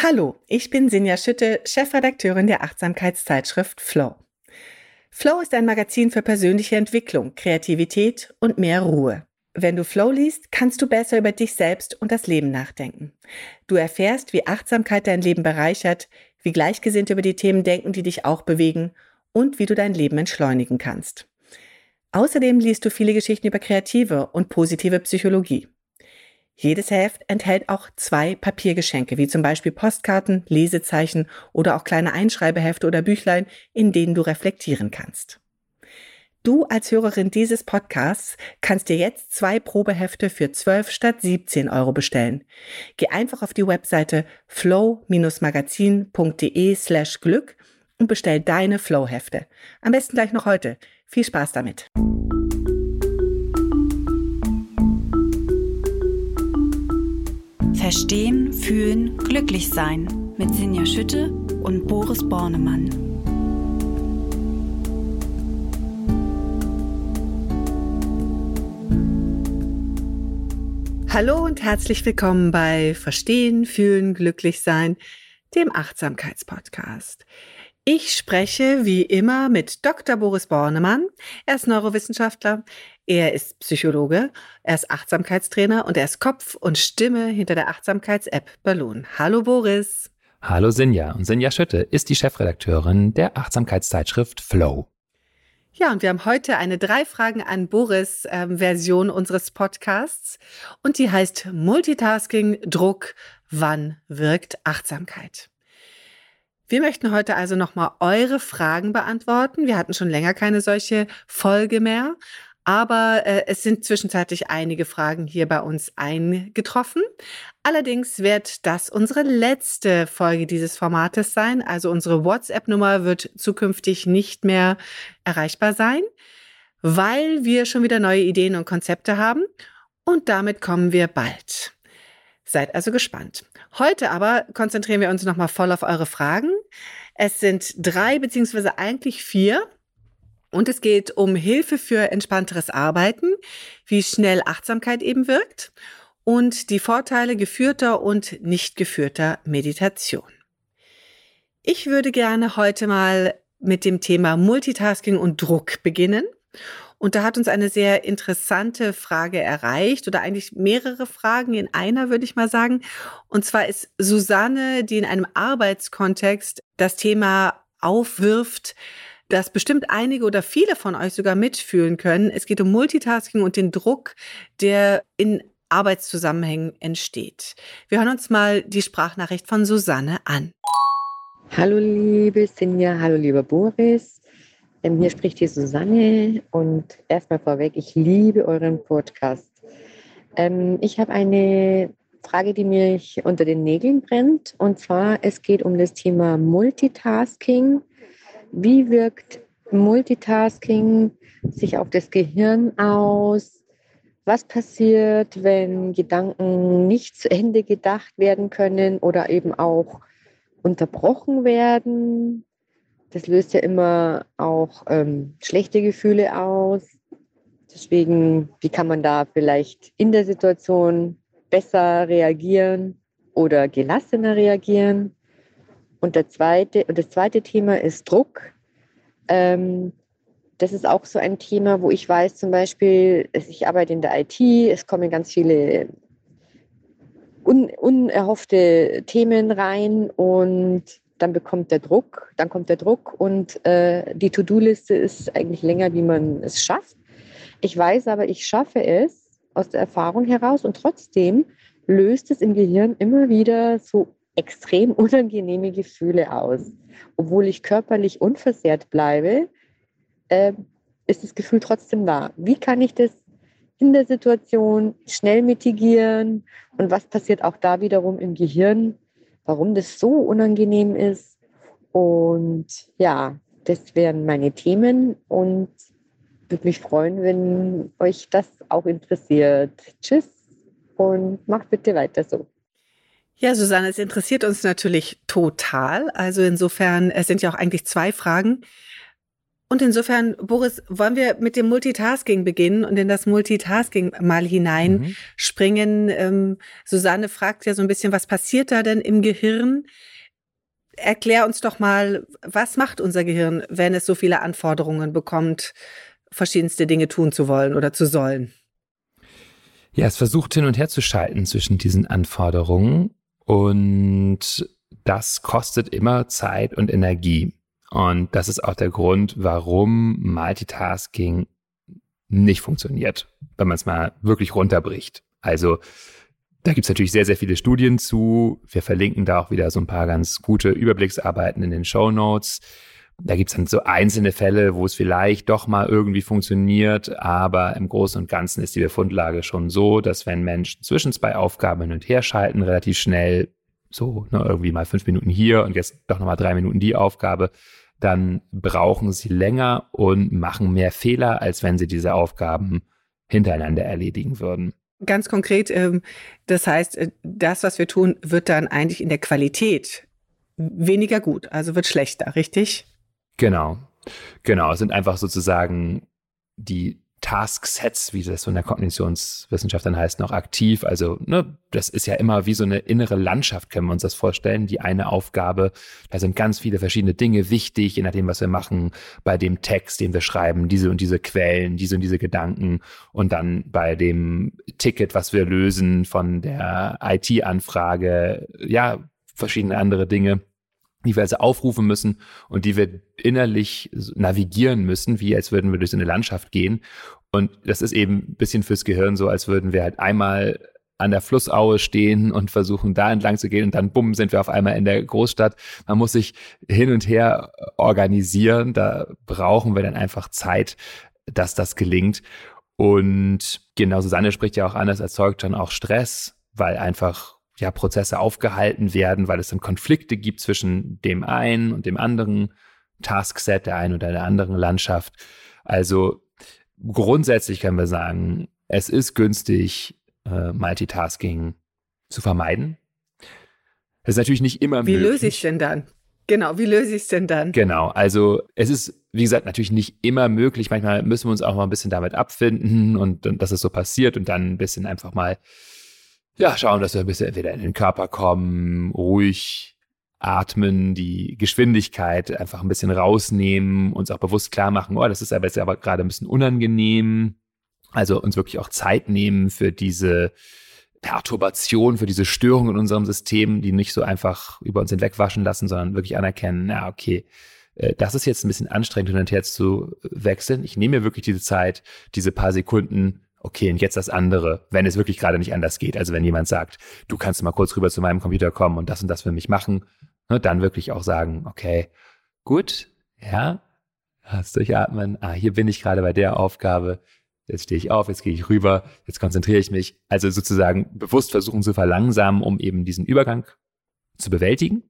Hallo, ich bin Sinja Schütte, Chefredakteurin der Achtsamkeitszeitschrift Flow. Flow ist ein Magazin für persönliche Entwicklung, Kreativität und mehr Ruhe. Wenn du Flow liest, kannst du besser über dich selbst und das Leben nachdenken. Du erfährst, wie Achtsamkeit dein Leben bereichert, wie Gleichgesinnte über die Themen denken, die dich auch bewegen und wie du dein Leben entschleunigen kannst. Außerdem liest du viele Geschichten über kreative und positive Psychologie. Jedes Heft enthält auch 2 Papiergeschenke, wie zum Beispiel Postkarten, Lesezeichen oder auch kleine Einschreibehefte oder Büchlein, in denen du reflektieren kannst. Du als Hörerin dieses Podcasts kannst dir jetzt 2 Probehefte für 12 statt 17 € bestellen. Geh einfach auf die Webseite flow-magazin.de/Glück und bestell deine Flow-Hefte. Am besten gleich noch heute. Viel Spaß damit! Verstehen, fühlen, glücklich sein mit Sinja Schütte und Boris Bornemann. Hallo und herzlich willkommen bei Verstehen, Fühlen, Glücklich sein, dem Achtsamkeitspodcast. Ich spreche wie immer mit Dr. Boris Bornemann. Er ist Neurowissenschaftler, er ist Psychologe, er ist Achtsamkeitstrainer und er ist Kopf und Stimme hinter der Achtsamkeits-App Balloon. Hallo Boris. Hallo Sinja. Und Sinja Schütte ist die Chefredakteurin der Achtsamkeitszeitschrift Flow. Ja, und wir haben heute eine 3 Fragen an Boris Version unseres Podcasts und die heißt Multitasking, Druck, wann wirkt Achtsamkeit? Wir möchten heute also nochmal eure Fragen beantworten. Wir hatten schon länger keine solche Folge mehr, aber es sind zwischenzeitlich einige Fragen hier bei uns eingetroffen. Allerdings wird das unsere letzte Folge dieses Formates sein. Also unsere WhatsApp-Nummer wird zukünftig nicht mehr erreichbar sein, weil wir schon wieder neue Ideen und Konzepte haben. Und damit kommen wir bald. Seid also gespannt. Heute aber konzentrieren wir uns nochmal voll auf eure Fragen. Es sind 3 beziehungsweise eigentlich 4 und es geht um Hilfe für entspannteres Arbeiten, wie schnell Achtsamkeit eben wirkt und die Vorteile geführter und nicht geführter Meditation. Ich würde gerne heute mal mit dem Thema Multitasking und Druck beginnen. Und da hat uns eine sehr interessante Frage erreicht oder eigentlich mehrere Fragen in einer, würde ich mal sagen. Und zwar ist Susanne, die in einem Arbeitskontext das Thema aufwirft, das bestimmt einige oder viele von euch sogar mitfühlen können. Es geht um Multitasking und den Druck, der in Arbeitszusammenhängen entsteht. Wir hören uns mal die Sprachnachricht von Susanne an. Hallo liebe Sinja, hallo lieber Boris. Hier spricht die Susanne und erstmal vorweg, ich liebe euren Podcast. Ich habe eine Frage, die mir unter den Nägeln brennt, und zwar, es geht um das Thema Multitasking. Wie wirkt Multitasking sich auf das Gehirn aus? Was passiert, wenn Gedanken nicht zu Ende gedacht werden können oder eben auch unterbrochen werden? Das löst ja immer auch schlechte Gefühle aus. Deswegen, wie kann man da vielleicht in der Situation besser reagieren oder gelassener reagieren? Und das zweite Thema ist Druck. Das ist auch so ein Thema, wo ich weiß zum Beispiel, ich arbeite in der IT, es kommen ganz viele unerhoffte Themen rein und dann kommt der Druck und die To-Do-Liste ist eigentlich länger, wie man es schafft. Ich weiß aber, ich schaffe es aus der Erfahrung heraus und trotzdem löst es im Gehirn immer wieder so extrem unangenehme Gefühle aus. Obwohl ich körperlich unversehrt bleibe, ist das Gefühl trotzdem da. Wie kann ich das in der Situation schnell mitigieren und was passiert auch da wiederum im Gehirn, warum das so unangenehm ist? Und ja, das wären meine Themen und würde mich freuen, wenn euch das auch interessiert. Tschüss und macht bitte weiter so. Ja, Susanne, es interessiert uns natürlich total. Also insofern, es sind ja auch eigentlich 2 Fragen. Und insofern, Boris, wollen wir mit dem Multitasking beginnen und in das Multitasking mal hineinspringen? Susanne fragt ja so ein bisschen, was passiert da denn im Gehirn? Erklär uns doch mal, was macht unser Gehirn, wenn es so viele Anforderungen bekommt, verschiedenste Dinge tun zu wollen oder zu sollen? Ja, es versucht hin und her zu schalten zwischen diesen Anforderungen und das kostet immer Zeit und Energie. Und das ist auch der Grund, warum Multitasking nicht funktioniert, wenn man es mal wirklich runterbricht. Also da gibt es natürlich sehr, sehr viele Studien zu. Wir verlinken da auch wieder so ein paar ganz gute Überblicksarbeiten in den Shownotes. Da gibt es dann so einzelne Fälle, wo es vielleicht doch mal irgendwie funktioniert, aber im Großen und Ganzen ist die Befundlage schon so, dass wenn Menschen zwischen zwei Aufgaben hin und her schalten, relativ schnell so irgendwie mal 5 Minuten hier und jetzt doch nochmal 3 Minuten die Aufgabe, dann brauchen sie länger und machen mehr Fehler, als wenn sie diese Aufgaben hintereinander erledigen würden. Ganz konkret, das heißt, das, was wir tun, wird dann eigentlich in der Qualität weniger gut, also wird schlechter, richtig? Genau. Es sind einfach sozusagen die Tasksets, wie das so in der Kognitionswissenschaft dann heißt, noch aktiv. Also das ist ja immer wie so eine innere Landschaft, können wir uns das vorstellen. Die eine Aufgabe, da sind ganz viele verschiedene Dinge wichtig, je nachdem, was wir machen. Bei dem Text, den wir schreiben, diese und diese Quellen, diese und diese Gedanken. Und dann bei dem Ticket, was wir lösen von der IT-Anfrage, ja, verschiedene andere Dinge, die wir also aufrufen müssen und die wir innerlich navigieren müssen, wie als würden wir durch so eine Landschaft gehen. Und das ist eben ein bisschen fürs Gehirn so, als würden wir halt einmal an der Flussaue stehen und versuchen, da entlang zu gehen und dann bumm, sind wir auf einmal in der Großstadt. Man muss sich hin und her organisieren. Da brauchen wir dann einfach Zeit, dass das gelingt. Und genau, Susanne spricht ja auch an, das erzeugt dann auch Stress, weil einfach Prozesse aufgehalten werden, weil es dann Konflikte gibt zwischen dem einen und dem anderen Taskset, der einen oder der anderen Landschaft. Also grundsätzlich können wir sagen, es ist günstig, Multitasking zu vermeiden. Das ist natürlich nicht immer möglich. Wie löse ich es denn dann? Genau, wie löse ich es denn dann? Genau, also es ist, wie gesagt, natürlich nicht immer möglich. Manchmal müssen wir uns auch mal ein bisschen damit abfinden und dass es so passiert und dann ein bisschen einfach mal schauen, dass wir ein bisschen wieder in den Körper kommen, ruhig atmen, die Geschwindigkeit einfach ein bisschen rausnehmen, uns auch bewusst klar machen, das ist aber jetzt gerade ein bisschen unangenehm. Also uns wirklich auch Zeit nehmen für diese Perturbation, für diese Störung in unserem System, die nicht so einfach über uns hinwegwaschen lassen, sondern wirklich anerkennen, das ist jetzt ein bisschen anstrengend, hin und her zu wechseln. Ich nehme mir wirklich diese Zeit, diese paar Sekunden. Okay, und jetzt das andere, wenn es wirklich gerade nicht anders geht. Also wenn jemand sagt, du kannst mal kurz rüber zu meinem Computer kommen und das für mich machen, dann wirklich auch sagen, okay, gut, das Durchatmen, hier bin ich gerade bei der Aufgabe, jetzt stehe ich auf, jetzt gehe ich rüber, jetzt konzentriere ich mich. Also sozusagen bewusst versuchen zu verlangsamen, um eben diesen Übergang zu bewältigen.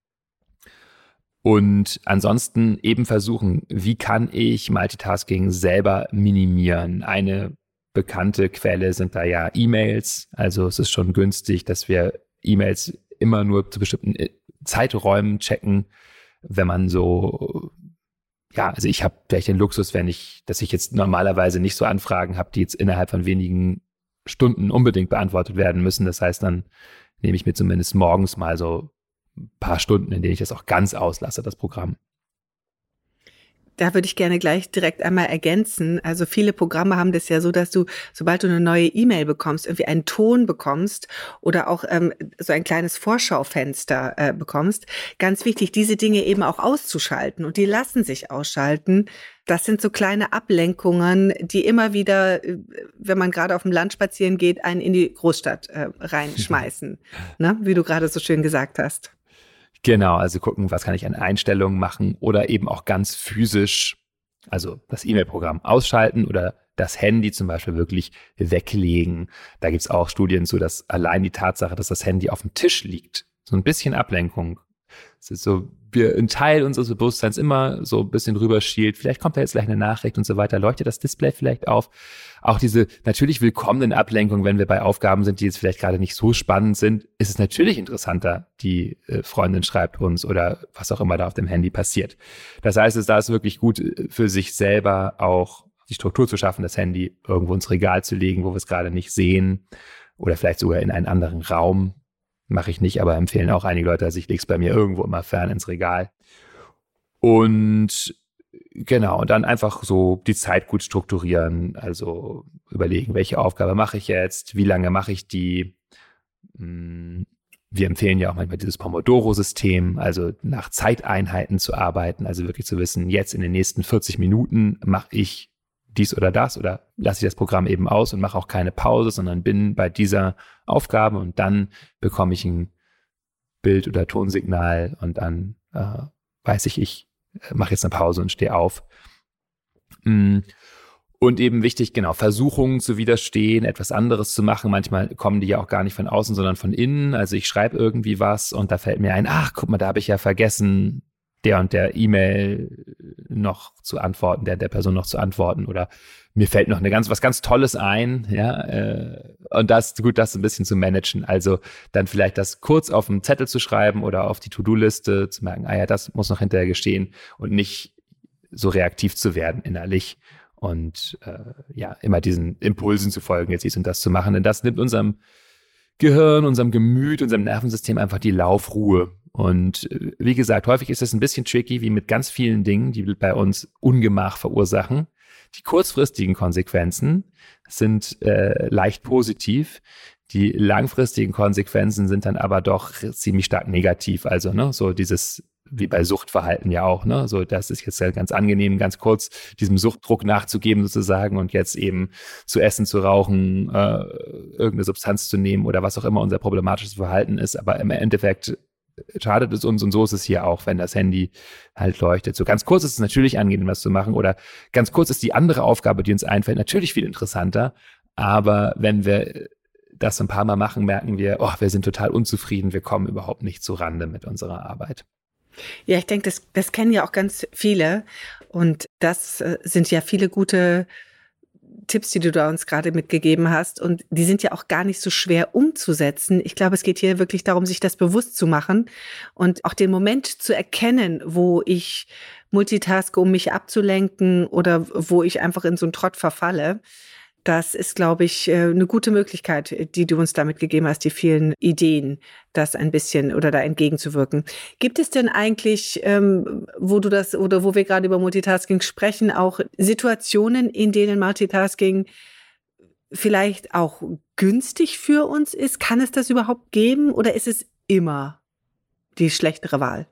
Und ansonsten eben versuchen, wie kann ich Multitasking selber minimieren? Eine bekannte Quelle sind da ja E-Mails. Also es ist schon günstig, dass wir E-Mails immer nur zu bestimmten Zeiträumen checken, wenn man so, also ich habe vielleicht den Luxus, dass ich jetzt normalerweise nicht so Anfragen habe, die jetzt innerhalb von wenigen Stunden unbedingt beantwortet werden müssen. Das heißt, dann nehme ich mir zumindest morgens mal so ein paar Stunden, in denen ich das auch ganz auslasse, das Programm. Da würde ich gerne gleich direkt einmal ergänzen. Also viele Programme haben das ja so, dass du, sobald du eine neue E-Mail bekommst, irgendwie einen Ton bekommst oder auch so ein kleines Vorschaufenster bekommst. Ganz wichtig, diese Dinge eben auch auszuschalten. Und die lassen sich ausschalten. Das sind so kleine Ablenkungen, die immer wieder, wenn man gerade auf dem Land spazieren geht, einen in die Großstadt reinschmeißen. Ne? Wie du gerade so schön gesagt hast. Genau, also gucken, was kann ich an Einstellungen machen oder eben auch ganz physisch, also das E-Mail-Programm ausschalten oder das Handy zum Beispiel wirklich weglegen. Da gibt es auch Studien zu, dass allein die Tatsache, dass das Handy auf dem Tisch liegt, so ein bisschen Ablenkung Es ist so, ein Teil unseres Bewusstseins immer so ein bisschen rüberschielt. Vielleicht kommt da jetzt gleich eine Nachricht und so weiter. Leuchtet das Display vielleicht auf? Auch diese natürlich willkommenen Ablenkungen, wenn wir bei Aufgaben sind, die jetzt vielleicht gerade nicht so spannend sind, ist es natürlich interessanter, die Freundin schreibt uns oder was auch immer da auf dem Handy passiert. Das heißt, da ist wirklich gut für sich selber auch die Struktur zu schaffen, das Handy irgendwo ins Regal zu legen, wo wir es gerade nicht sehen oder vielleicht sogar in einen anderen Raum. Mache ich nicht, aber empfehlen auch einige Leute, also ich lege es bei mir irgendwo immer fern ins Regal. Und genau, und dann einfach so die Zeit gut strukturieren, also überlegen, welche Aufgabe mache ich jetzt, wie lange mache ich die. Wir empfehlen ja auch manchmal dieses Pomodoro-System, also nach Zeiteinheiten zu arbeiten, also wirklich zu wissen, jetzt in den nächsten 40 Minuten mache ich dies oder das oder lasse ich das Programm eben aus und mache auch keine Pause, sondern bin bei dieser Aufgabe und dann bekomme ich ein Bild- oder Tonsignal und dann weiß ich mache jetzt eine Pause und stehe auf. Und eben wichtig, genau, Versuchungen zu widerstehen, etwas anderes zu machen. Manchmal kommen die ja auch gar nicht von außen, sondern von innen. Also ich schreibe irgendwie was und da fällt mir ein, ach, guck mal, da habe ich ja vergessen, der und der E-Mail noch zu antworten, der Person noch zu antworten oder mir fällt noch was ganz Tolles ein, ja, und das ein bisschen zu managen, also dann vielleicht das kurz auf einen Zettel zu schreiben oder auf die To-Do-Liste zu merken, das muss noch hinterher geschehen und nicht so reaktiv zu werden innerlich und immer diesen Impulsen zu folgen, jetzt dies und das zu machen, denn das nimmt unserem Gehirn, unserem Gemüt, unserem Nervensystem einfach die Laufruhe. Und wie gesagt, häufig ist es ein bisschen tricky, wie mit ganz vielen Dingen, die bei uns Ungemach verursachen. Die kurzfristigen Konsequenzen sind leicht positiv. Die langfristigen Konsequenzen sind dann aber doch ziemlich stark negativ. Also so dieses, wie bei Suchtverhalten ja auch, so das ist jetzt ganz angenehm, ganz kurz diesem Suchtdruck nachzugeben sozusagen und jetzt eben zu essen, zu rauchen, irgendeine Substanz zu nehmen oder was auch immer unser problematisches Verhalten ist. Aber im Endeffekt schadet es uns und so ist es hier auch, wenn das Handy halt leuchtet. So ganz kurz ist es natürlich angenehm, was zu machen oder ganz kurz ist die andere Aufgabe, die uns einfällt, natürlich viel interessanter. Aber wenn wir das ein paar Mal machen, merken wir, wir sind total unzufrieden, wir kommen überhaupt nicht zu Rande mit unserer Arbeit. Ja, ich denke, das kennen ja auch ganz viele und das sind ja viele gute Tipps, die du da uns gerade mitgegeben hast und die sind ja auch gar nicht so schwer umzusetzen. Ich glaube, es geht hier wirklich darum, sich das bewusst zu machen und auch den Moment zu erkennen, wo ich multitaske, um mich abzulenken oder wo ich einfach in so einen Trott verfalle. Das ist, glaube ich, eine gute Möglichkeit, die du uns damit gegeben hast, die vielen Ideen, das ein bisschen oder da entgegenzuwirken. Gibt es denn eigentlich, wo wir gerade über Multitasking sprechen, auch Situationen, in denen Multitasking vielleicht auch günstig für uns ist? Kann es das überhaupt geben oder ist es immer die schlechtere Wahl?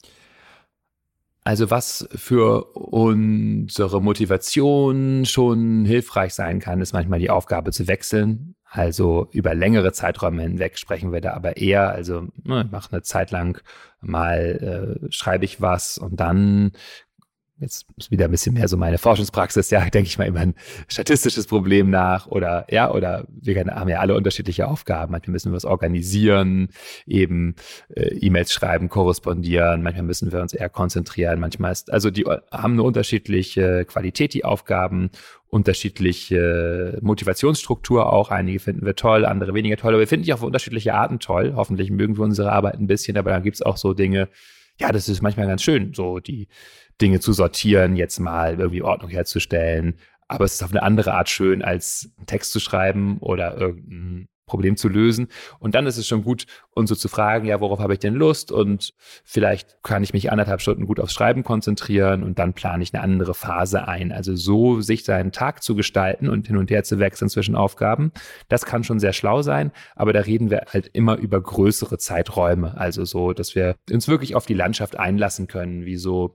Also was für unsere Motivation schon hilfreich sein kann, ist manchmal die Aufgabe zu wechseln. Also über längere Zeiträume hinweg sprechen wir da aber eher. Also ich mache eine Zeit lang mal, schreibe ich was und dann, jetzt ist wieder ein bisschen mehr so meine Forschungspraxis, denke ich mal über ein statistisches Problem nach oder wir haben ja alle unterschiedliche Aufgaben. Manchmal müssen wir was organisieren, eben E-Mails schreiben, korrespondieren, manchmal müssen wir uns eher konzentrieren, die haben eine unterschiedliche Qualität, die Aufgaben, unterschiedliche Motivationsstruktur auch. Einige finden wir toll, andere weniger toll, aber wir finden die auf unterschiedliche Arten toll. Hoffentlich mögen wir unsere Arbeit ein bisschen, aber dann gibt es auch so Dinge, das ist manchmal ganz schön, so die Dinge zu sortieren, jetzt mal irgendwie Ordnung herzustellen. Aber es ist auf eine andere Art schön, als einen Text zu schreiben oder irgendein Problem zu lösen. Und dann ist es schon gut, uns so zu fragen, worauf habe ich denn Lust? Und vielleicht kann ich mich 1,5 Stunden gut aufs Schreiben konzentrieren und dann plane ich eine andere Phase ein. Also so sich seinen Tag zu gestalten und hin und her zu wechseln zwischen Aufgaben, das kann schon sehr schlau sein. Aber da reden wir halt immer über größere Zeiträume. Also so, dass wir uns wirklich auf die Landschaft einlassen können, wie so,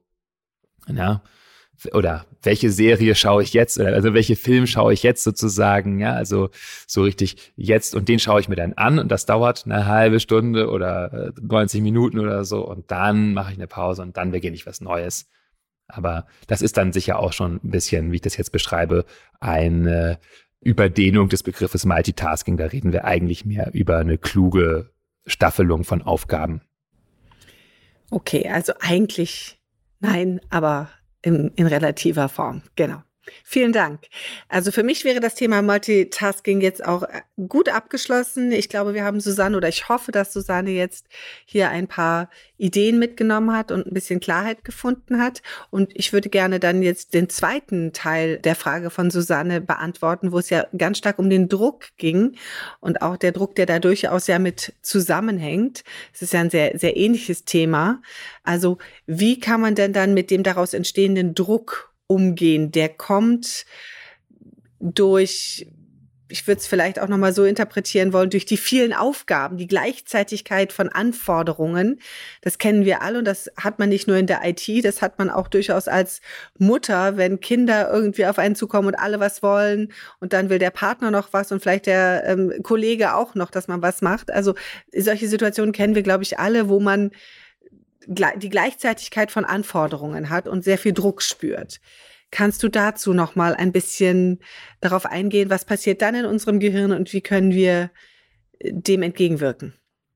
oder welche Serie schaue ich jetzt, also welche Film schaue ich jetzt sozusagen, also so richtig jetzt und den schaue ich mir dann an und das dauert eine halbe Stunde oder 90 Minuten oder so und dann mache ich eine Pause und dann beginne ich was Neues. Aber das ist dann sicher auch schon ein bisschen, wie ich das jetzt beschreibe, eine Überdehnung des Begriffes Multitasking. Da reden wir eigentlich mehr über eine kluge Staffelung von Aufgaben. Okay, also eigentlich nein, aber in relativer Form. Genau. Vielen Dank. Also für mich wäre das Thema Multitasking jetzt auch gut abgeschlossen. Ich glaube, wir haben Susanne oder ich hoffe, dass Susanne jetzt hier ein paar Ideen mitgenommen hat und ein bisschen Klarheit gefunden hat. Und ich würde gerne dann jetzt den zweiten Teil der Frage von Susanne beantworten, wo es ja ganz stark um den Druck ging und auch der Druck, der da durchaus ja mit zusammenhängt. Es ist ja ein sehr, sehr ähnliches Thema. Also wie kann man denn dann mit dem daraus entstehenden Druck umgehen? Der kommt durch, ich würde es vielleicht auch nochmal so interpretieren wollen, durch die vielen Aufgaben, die Gleichzeitigkeit von Anforderungen. Das kennen wir alle und das hat man nicht nur in der IT, das hat man auch durchaus als Mutter, wenn Kinder irgendwie auf einen zukommen und alle was wollen und dann will der Partner noch was und vielleicht der Kollege auch noch, dass man was macht. Also solche Situationen kennen wir, glaube ich, alle, wo man die Gleichzeitigkeit von Anforderungen hat und sehr viel Druck spürt. Kannst du dazu noch mal ein bisschen darauf eingehen, was passiert dann in unserem Gehirn und wie können wir dem entgegenwirken?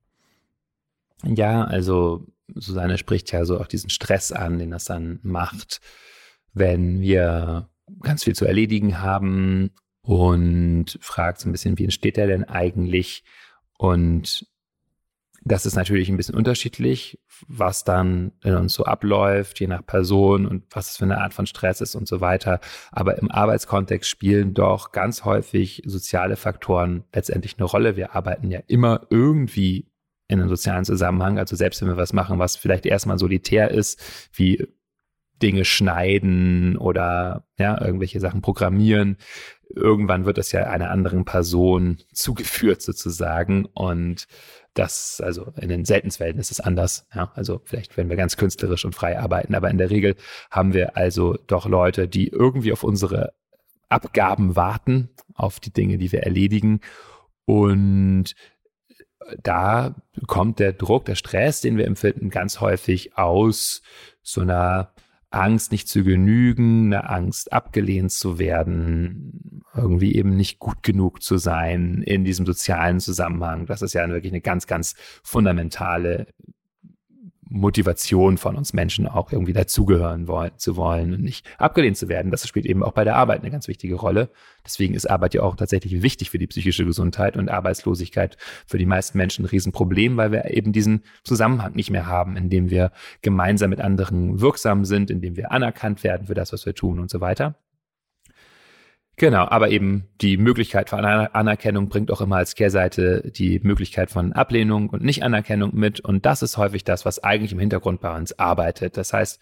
Ja, also Susanne spricht ja so auch diesen Stress an, den das dann macht, wenn wir ganz viel zu erledigen haben und fragt so ein bisschen, wie entsteht der denn eigentlich? Und das ist natürlich ein bisschen unterschiedlich, was dann in uns so abläuft, je nach Person und was es für eine Art von Stress ist und so weiter. Aber im Arbeitskontext spielen doch ganz häufig soziale Faktoren letztendlich eine Rolle. Wir arbeiten ja immer irgendwie in einem sozialen Zusammenhang. Also selbst wenn wir was machen, was vielleicht erstmal solitär ist, wie Dinge schneiden oder ja, irgendwelche Sachen programmieren, irgendwann wird das ja einer anderen Person zugeführt sozusagen und das, also in den seltensten Fällen ist es anders. Ja, also vielleicht, wenn wir ganz künstlerisch und frei arbeiten, aber in der Regel haben wir also doch Leute, die irgendwie auf unsere Abgaben warten, auf die Dinge, die wir erledigen. Und da kommt der Druck, der Stress, den wir empfinden, ganz häufig aus so einer Angst, nicht zu genügen, eine Angst, abgelehnt zu werden, irgendwie eben nicht gut genug zu sein in diesem sozialen Zusammenhang. Das ist ja wirklich eine ganz, ganz fundamentale Motivation von uns Menschen, auch irgendwie dazugehören zu wollen und nicht abgelehnt zu werden. Das spielt eben auch bei der Arbeit eine ganz wichtige Rolle. Deswegen ist Arbeit ja auch tatsächlich wichtig für die psychische Gesundheit und Arbeitslosigkeit für die meisten Menschen ein Riesenproblem, weil wir eben diesen Zusammenhang nicht mehr haben, in dem wir gemeinsam mit anderen wirksam sind, in dem wir anerkannt werden für das, was wir tun und so weiter. Genau, aber eben die Möglichkeit von Anerkennung bringt auch immer als Kehrseite die Möglichkeit von Ablehnung und Nicht-Anerkennung mit. Und das ist häufig das, was eigentlich im Hintergrund bei uns arbeitet. Das heißt,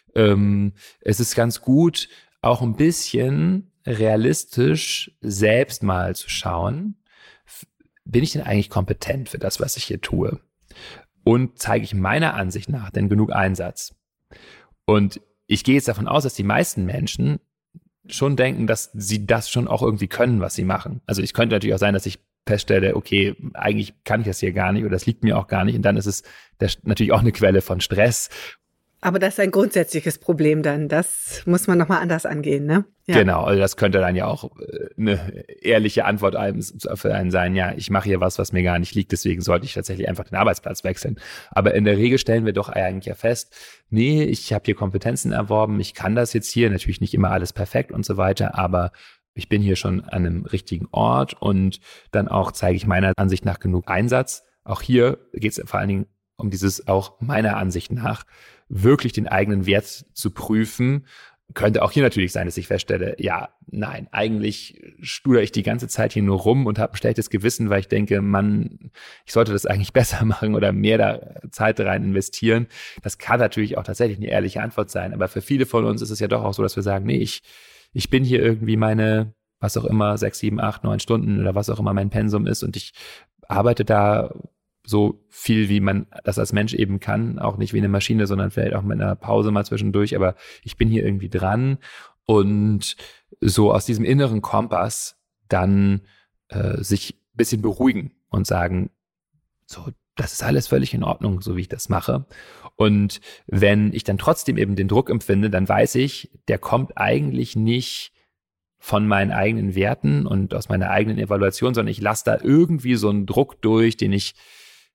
es ist ganz gut, auch ein bisschen realistisch selbst mal zu schauen, bin ich denn eigentlich kompetent für das, was ich hier tue? Und zeige ich meiner Ansicht nach denn genug Einsatz? Und ich gehe jetzt davon aus, dass die meisten Menschen schon denken, dass sie das schon auch irgendwie können, was sie machen. Also es könnte natürlich auch sein, dass ich feststelle, okay, eigentlich kann ich das hier gar nicht oder das liegt mir auch gar nicht und dann ist es natürlich auch eine Quelle von Stress. Aber das ist ein grundsätzliches Problem dann. Das muss man nochmal anders angehen, ne? Ja. Genau, also das könnte dann ja auch eine ehrliche Antwort für einen sein, ja, ich mache hier was mir gar nicht liegt, deswegen sollte ich tatsächlich einfach den Arbeitsplatz wechseln. Aber in der Regel stellen wir doch eigentlich ja fest, nee, ich habe hier Kompetenzen erworben, ich kann das jetzt hier, natürlich nicht immer alles perfekt und so weiter, aber ich bin hier schon an einem richtigen Ort und dann auch zeige ich meiner Ansicht nach genug Einsatz. Auch hier geht es vor allen Dingen um dieses auch meiner Ansicht nach wirklich den eigenen Wert zu prüfen. Könnte auch hier natürlich sein, dass ich feststelle, ja, nein, eigentlich studere ich die ganze Zeit hier nur rum und habe ein schlechtes Gewissen, weil ich denke, ich sollte das eigentlich besser machen oder mehr da Zeit rein investieren. Das kann natürlich auch tatsächlich eine ehrliche Antwort sein, aber für viele von uns ist es ja doch auch so, dass wir sagen, nee, ich bin hier irgendwie meine, was auch immer, 6, 7, 8, 9 Stunden oder was auch immer mein Pensum ist und ich arbeite da so viel, wie man das als Mensch eben kann, auch nicht wie eine Maschine, sondern vielleicht auch mit einer Pause mal zwischendurch, aber ich bin hier irgendwie dran und so aus diesem inneren Kompass dann sich ein bisschen beruhigen und sagen, so, das ist alles völlig in Ordnung, so wie ich das mache. Und wenn ich dann trotzdem eben den Druck empfinde, dann weiß ich, der kommt eigentlich nicht von meinen eigenen Werten und aus meiner eigenen Evaluation, sondern ich lasse da irgendwie so einen Druck durch, den ich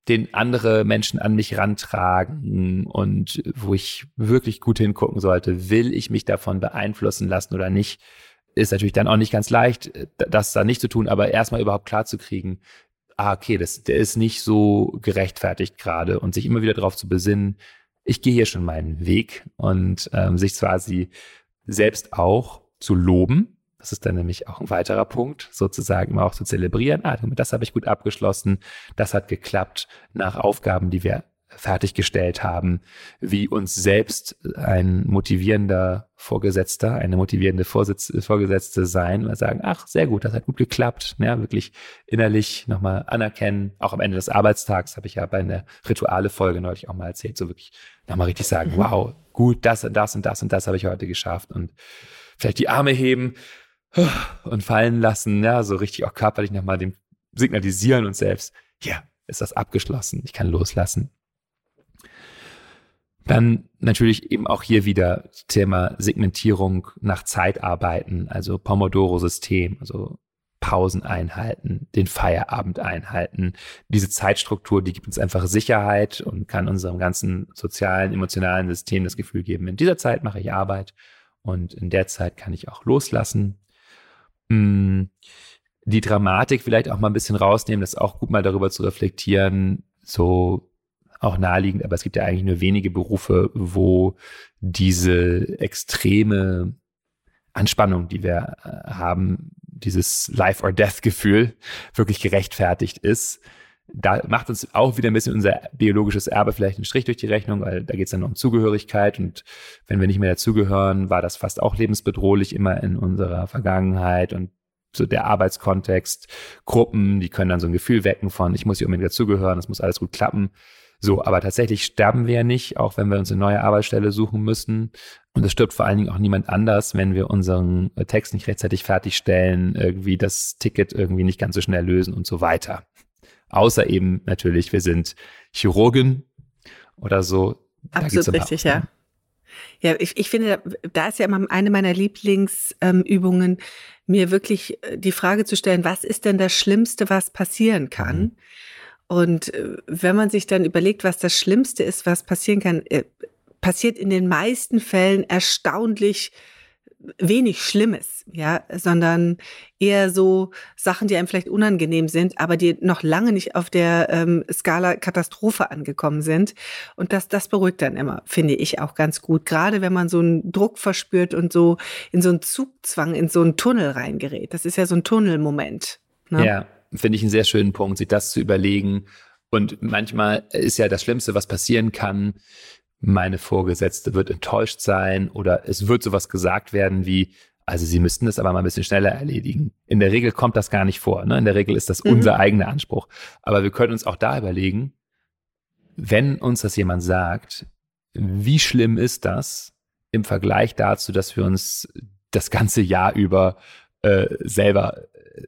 den andere Menschen an mich rantragen und wo ich wirklich gut hingucken sollte, will ich mich davon beeinflussen lassen oder nicht, ist natürlich dann auch nicht ganz leicht, das da nicht zu tun, aber erstmal überhaupt klar zu kriegen, okay, der ist nicht so gerechtfertigt gerade und sich immer wieder darauf zu besinnen, ich gehe hier schon meinen Weg und sich quasi selbst auch zu loben. Das ist dann nämlich auch ein weiterer Punkt, sozusagen immer auch zu zelebrieren. Das habe ich gut abgeschlossen, das hat geklappt nach Aufgaben, die wir fertiggestellt haben, wie uns selbst ein motivierender Vorgesetzter, eine motivierende Vorgesetzte sein, und sagen, sehr gut, das hat gut geklappt, ja, wirklich innerlich nochmal anerkennen, auch am Ende des Arbeitstags, habe ich ja bei einer Rituale-Folge neulich auch mal erzählt, so wirklich nochmal richtig sagen, wow, gut, das und das und das und das habe ich heute geschafft und vielleicht die Arme heben und fallen lassen, ja, so richtig auch körperlich nochmal dem signalisieren uns selbst, ja, ist das abgeschlossen, ich kann loslassen. Dann natürlich eben auch hier wieder Thema Segmentierung nach Zeit arbeiten, also Pomodoro-System, also Pausen einhalten, den Feierabend einhalten. Diese Zeitstruktur, die gibt uns einfach Sicherheit und kann unserem ganzen sozialen, emotionalen System das Gefühl geben, in dieser Zeit mache ich Arbeit und in der Zeit kann ich auch loslassen. Die Dramatik vielleicht auch mal ein bisschen rausnehmen, das auch gut mal darüber zu reflektieren, so auch naheliegend, aber es gibt ja eigentlich nur wenige Berufe, wo diese extreme Anspannung, die wir haben, dieses Life-or-Death-Gefühl wirklich gerechtfertigt ist. Da macht uns auch wieder ein bisschen unser biologisches Erbe vielleicht einen Strich durch die Rechnung, weil da geht es dann um Zugehörigkeit und wenn wir nicht mehr dazugehören, war das fast auch lebensbedrohlich immer in unserer Vergangenheit und so der Arbeitskontext, Gruppen, die können dann so ein Gefühl wecken von, ich muss hier unbedingt dazugehören, das muss alles gut klappen. So, aber tatsächlich sterben wir ja nicht, auch wenn wir uns eine neue Arbeitsstelle suchen müssen. Und es stirbt vor allen Dingen auch niemand anders, wenn wir unseren Text nicht rechtzeitig fertigstellen, irgendwie das Ticket irgendwie nicht ganz so schnell lösen und so weiter. Außer eben natürlich, wir sind Chirurgen oder so. Absolut richtig, ja. Ja, ich finde, da ist ja immer eine meiner Lieblingsübungen, mir wirklich die Frage zu stellen, was ist denn das Schlimmste, was passieren kann? Und wenn man sich dann überlegt, was das Schlimmste ist, was passieren kann, passiert in den meisten Fällen erstaunlich wenig Schlimmes, ja, sondern eher so Sachen, die einem vielleicht unangenehm sind, aber die noch lange nicht auf der Skala Katastrophe angekommen sind. Und das beruhigt dann immer, finde ich auch ganz gut. Gerade wenn man so einen Druck verspürt und so in so einen Zugzwang, in so einen Tunnel reingerät. Das ist ja so ein Tunnelmoment. Ne? Ja, finde ich einen sehr schönen Punkt, sich das zu überlegen. Und manchmal ist ja das Schlimmste, was passieren kann, meine Vorgesetzte wird enttäuscht sein oder es wird sowas gesagt werden wie, also Sie müssten das aber mal ein bisschen schneller erledigen. In der Regel kommt das gar nicht vor. Ne? In der Regel ist das unser eigener Anspruch. Aber wir können uns auch da überlegen, wenn uns das jemand sagt, wie schlimm ist das im Vergleich dazu, dass wir uns das ganze Jahr über selber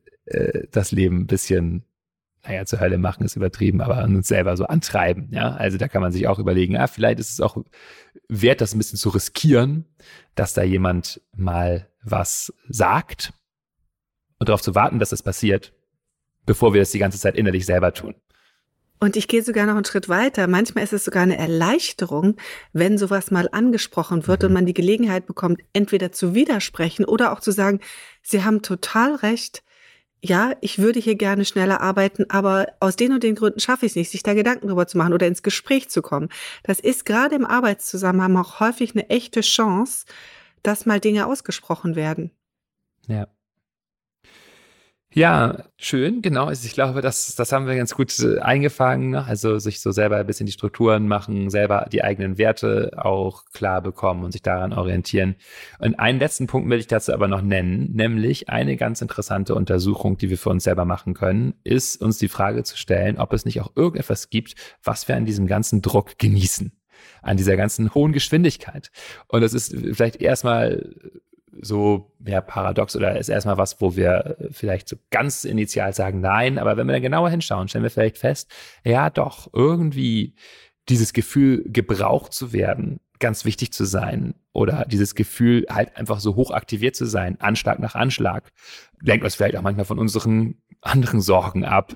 das Leben ein bisschen zur Hölle machen ist übertrieben, aber uns selber so antreiben, ja, also da kann man sich auch überlegen, vielleicht ist es auch wert, das ein bisschen zu riskieren, dass da jemand mal was sagt und darauf zu warten, dass das passiert, bevor wir das die ganze Zeit innerlich selber tun. Und ich gehe sogar noch einen Schritt weiter. Manchmal ist es sogar eine Erleichterung, wenn sowas mal angesprochen wird und man die Gelegenheit bekommt, entweder zu widersprechen oder auch zu sagen, Sie haben total recht, ja, ich würde hier gerne schneller arbeiten, aber aus den und den Gründen schaffe ich es nicht, sich da Gedanken drüber zu machen oder ins Gespräch zu kommen. Das ist gerade im Arbeitszusammenhang auch häufig eine echte Chance, dass mal Dinge ausgesprochen werden. Ja. Ja, schön, genau. Ich glaube, das haben wir ganz gut eingefangen. Also sich so selber ein bisschen die Strukturen machen, selber die eigenen Werte auch klar bekommen und sich daran orientieren. Und einen letzten Punkt will ich dazu aber noch nennen, nämlich eine ganz interessante Untersuchung, die wir für uns selber machen können, ist uns die Frage zu stellen, ob es nicht auch irgendetwas gibt, was wir an diesem ganzen Druck genießen, an dieser ganzen hohen Geschwindigkeit. Und das ist vielleicht erstmal so paradox oder ist erstmal was, wo wir vielleicht so ganz initial sagen, nein, aber wenn wir dann genauer hinschauen, stellen wir vielleicht fest, ja doch, irgendwie dieses Gefühl, gebraucht zu werden, ganz wichtig zu sein oder dieses Gefühl, halt einfach so hoch aktiviert zu sein, Anschlag nach Anschlag, lenkt uns vielleicht auch manchmal von unseren anderen Sorgen ab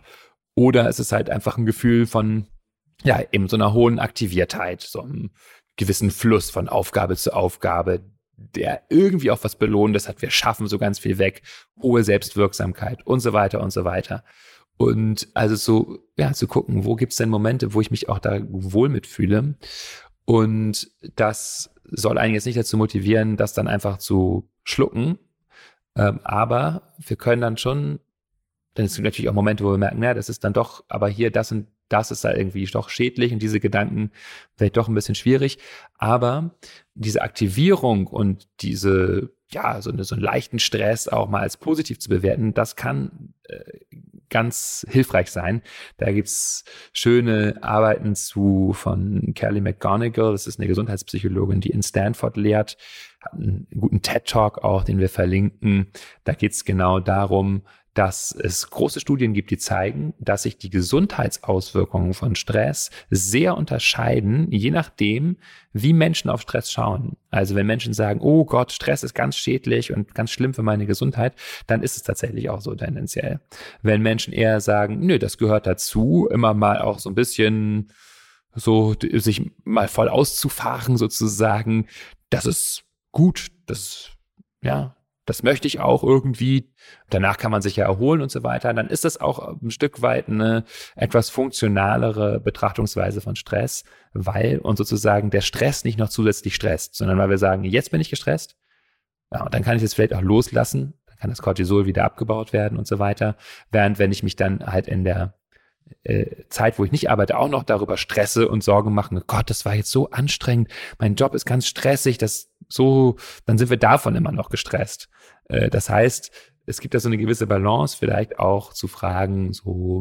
Oder es ist halt einfach ein Gefühl von, ja, eben so einer hohen Aktiviertheit, so einem gewissen Fluss von Aufgabe zu Aufgabe, der irgendwie auch was Belohnendes hat. Wir schaffen so ganz viel weg, hohe Selbstwirksamkeit und so weiter und so weiter. Und also so, ja, zu gucken, wo gibt es denn Momente, wo ich mich auch da wohl mitfühle. Und das soll einen jetzt nicht dazu motivieren, das dann einfach zu schlucken. Aber wir können dann schon, denn es gibt natürlich auch Momente, wo wir merken, das ist dann doch, aber hier das und das ist da irgendwie doch schädlich und diese Gedanken vielleicht doch ein bisschen schwierig. Aber diese Aktivierung und diese, ja, so einen leichten Stress auch mal als positiv zu bewerten, das kann ganz hilfreich sein. Da gibt's schöne Arbeiten zu von Kelly McGonigal, das ist eine Gesundheitspsychologin, die in Stanford lehrt, hat einen guten TED-Talk auch, den wir verlinken. Da geht's genau darum, dass es große Studien gibt, die zeigen, dass sich die Gesundheitsauswirkungen von Stress sehr unterscheiden, je nachdem, wie Menschen auf Stress schauen. Also wenn Menschen sagen, oh Gott, Stress ist ganz schädlich und ganz schlimm für meine Gesundheit, dann ist es tatsächlich auch so tendenziell. Wenn Menschen eher sagen, nö, das gehört dazu, immer mal auch so ein bisschen so sich mal voll auszufahren sozusagen, das ist gut, das möchte ich auch irgendwie. Danach kann man sich ja erholen und so weiter. Dann ist das auch ein Stück weit eine etwas funktionalere Betrachtungsweise von Stress, weil uns sozusagen der Stress nicht noch zusätzlich stresst, sondern weil wir sagen, jetzt bin ich gestresst. Ja, und dann kann ich es vielleicht auch loslassen. Dann kann das Cortisol wieder abgebaut werden und so weiter. Während wenn ich mich dann halt in der Zeit, wo ich nicht arbeite, auch noch darüber stresse und Sorgen mache, oh Gott, das war jetzt so anstrengend, mein Job ist ganz stressig, dann sind wir davon immer noch gestresst. Das heißt, es gibt da so eine gewisse Balance, vielleicht auch zu fragen,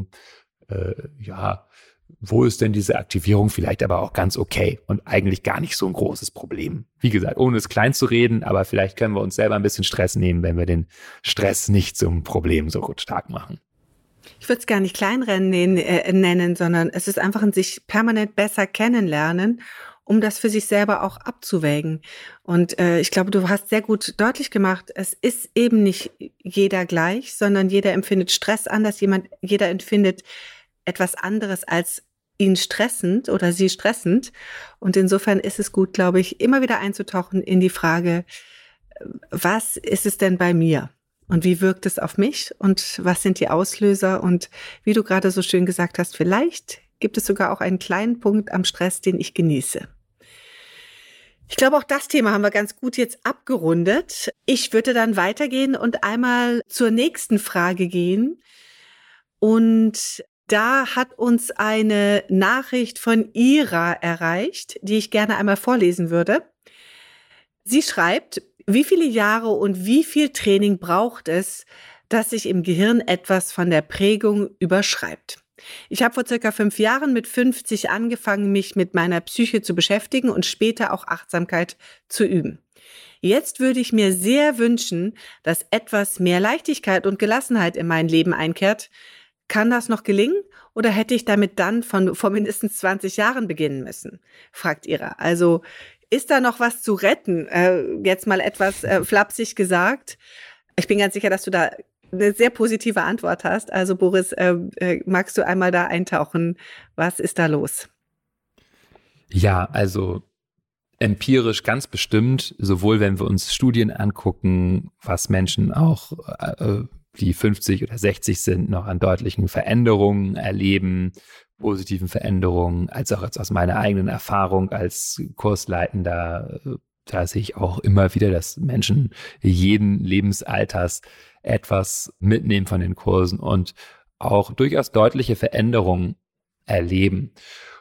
wo ist denn diese Aktivierung vielleicht aber auch ganz okay und eigentlich gar nicht so ein großes Problem. Wie gesagt, ohne es klein zu reden, aber vielleicht können wir uns selber ein bisschen Stress nehmen, wenn wir den Stress nicht zum Problem so stark machen. Ich würde es gar nicht Kleinrennen nennen, sondern es ist einfach ein sich permanent besser kennenlernen, um das für sich selber auch abzuwägen. Und ich glaube, du hast sehr gut deutlich gemacht, es ist eben nicht jeder gleich, sondern jeder empfindet Stress anders, jeder empfindet etwas anderes als ihn stressend oder sie stressend. Und insofern ist es gut, glaube ich, immer wieder einzutauchen in die Frage, was ist es denn bei mir? Und wie wirkt es auf mich? Und was sind die Auslöser? Und wie du gerade so schön gesagt hast, vielleicht gibt es sogar auch einen kleinen Punkt am Stress, den ich genieße. Ich glaube, auch das Thema haben wir ganz gut jetzt abgerundet. Ich würde dann weitergehen und einmal zur nächsten Frage gehen. Und da hat uns eine Nachricht von Ira erreicht, die ich gerne einmal vorlesen würde. Sie schreibt: Wie viele Jahre und wie viel Training braucht es, dass sich im Gehirn etwas von der Prägung überschreibt? Ich habe vor circa 5 Jahren mit 50 angefangen, mich mit meiner Psyche zu beschäftigen und später auch Achtsamkeit zu üben. Jetzt würde ich mir sehr wünschen, dass etwas mehr Leichtigkeit und Gelassenheit in mein Leben einkehrt. Kann das noch gelingen oder hätte ich damit dann vor mindestens 20 Jahren beginnen müssen? Fragt Ira. Also ist da noch was zu retten? Jetzt mal etwas flapsig gesagt. Ich bin ganz sicher, dass du da eine sehr positive Antwort hast. Also Boris, magst du einmal da eintauchen? Was ist da los? Ja, also empirisch ganz bestimmt, sowohl wenn wir uns Studien angucken, was Menschen auch, die 50 oder 60 sind, noch an deutlichen Veränderungen erleben, positiven Veränderungen, als auch jetzt aus meiner eigenen Erfahrung als Kursleitender, da sehe ich auch immer wieder, dass Menschen jeden Lebensalters etwas mitnehmen von den Kursen und auch durchaus deutliche Veränderungen erleben.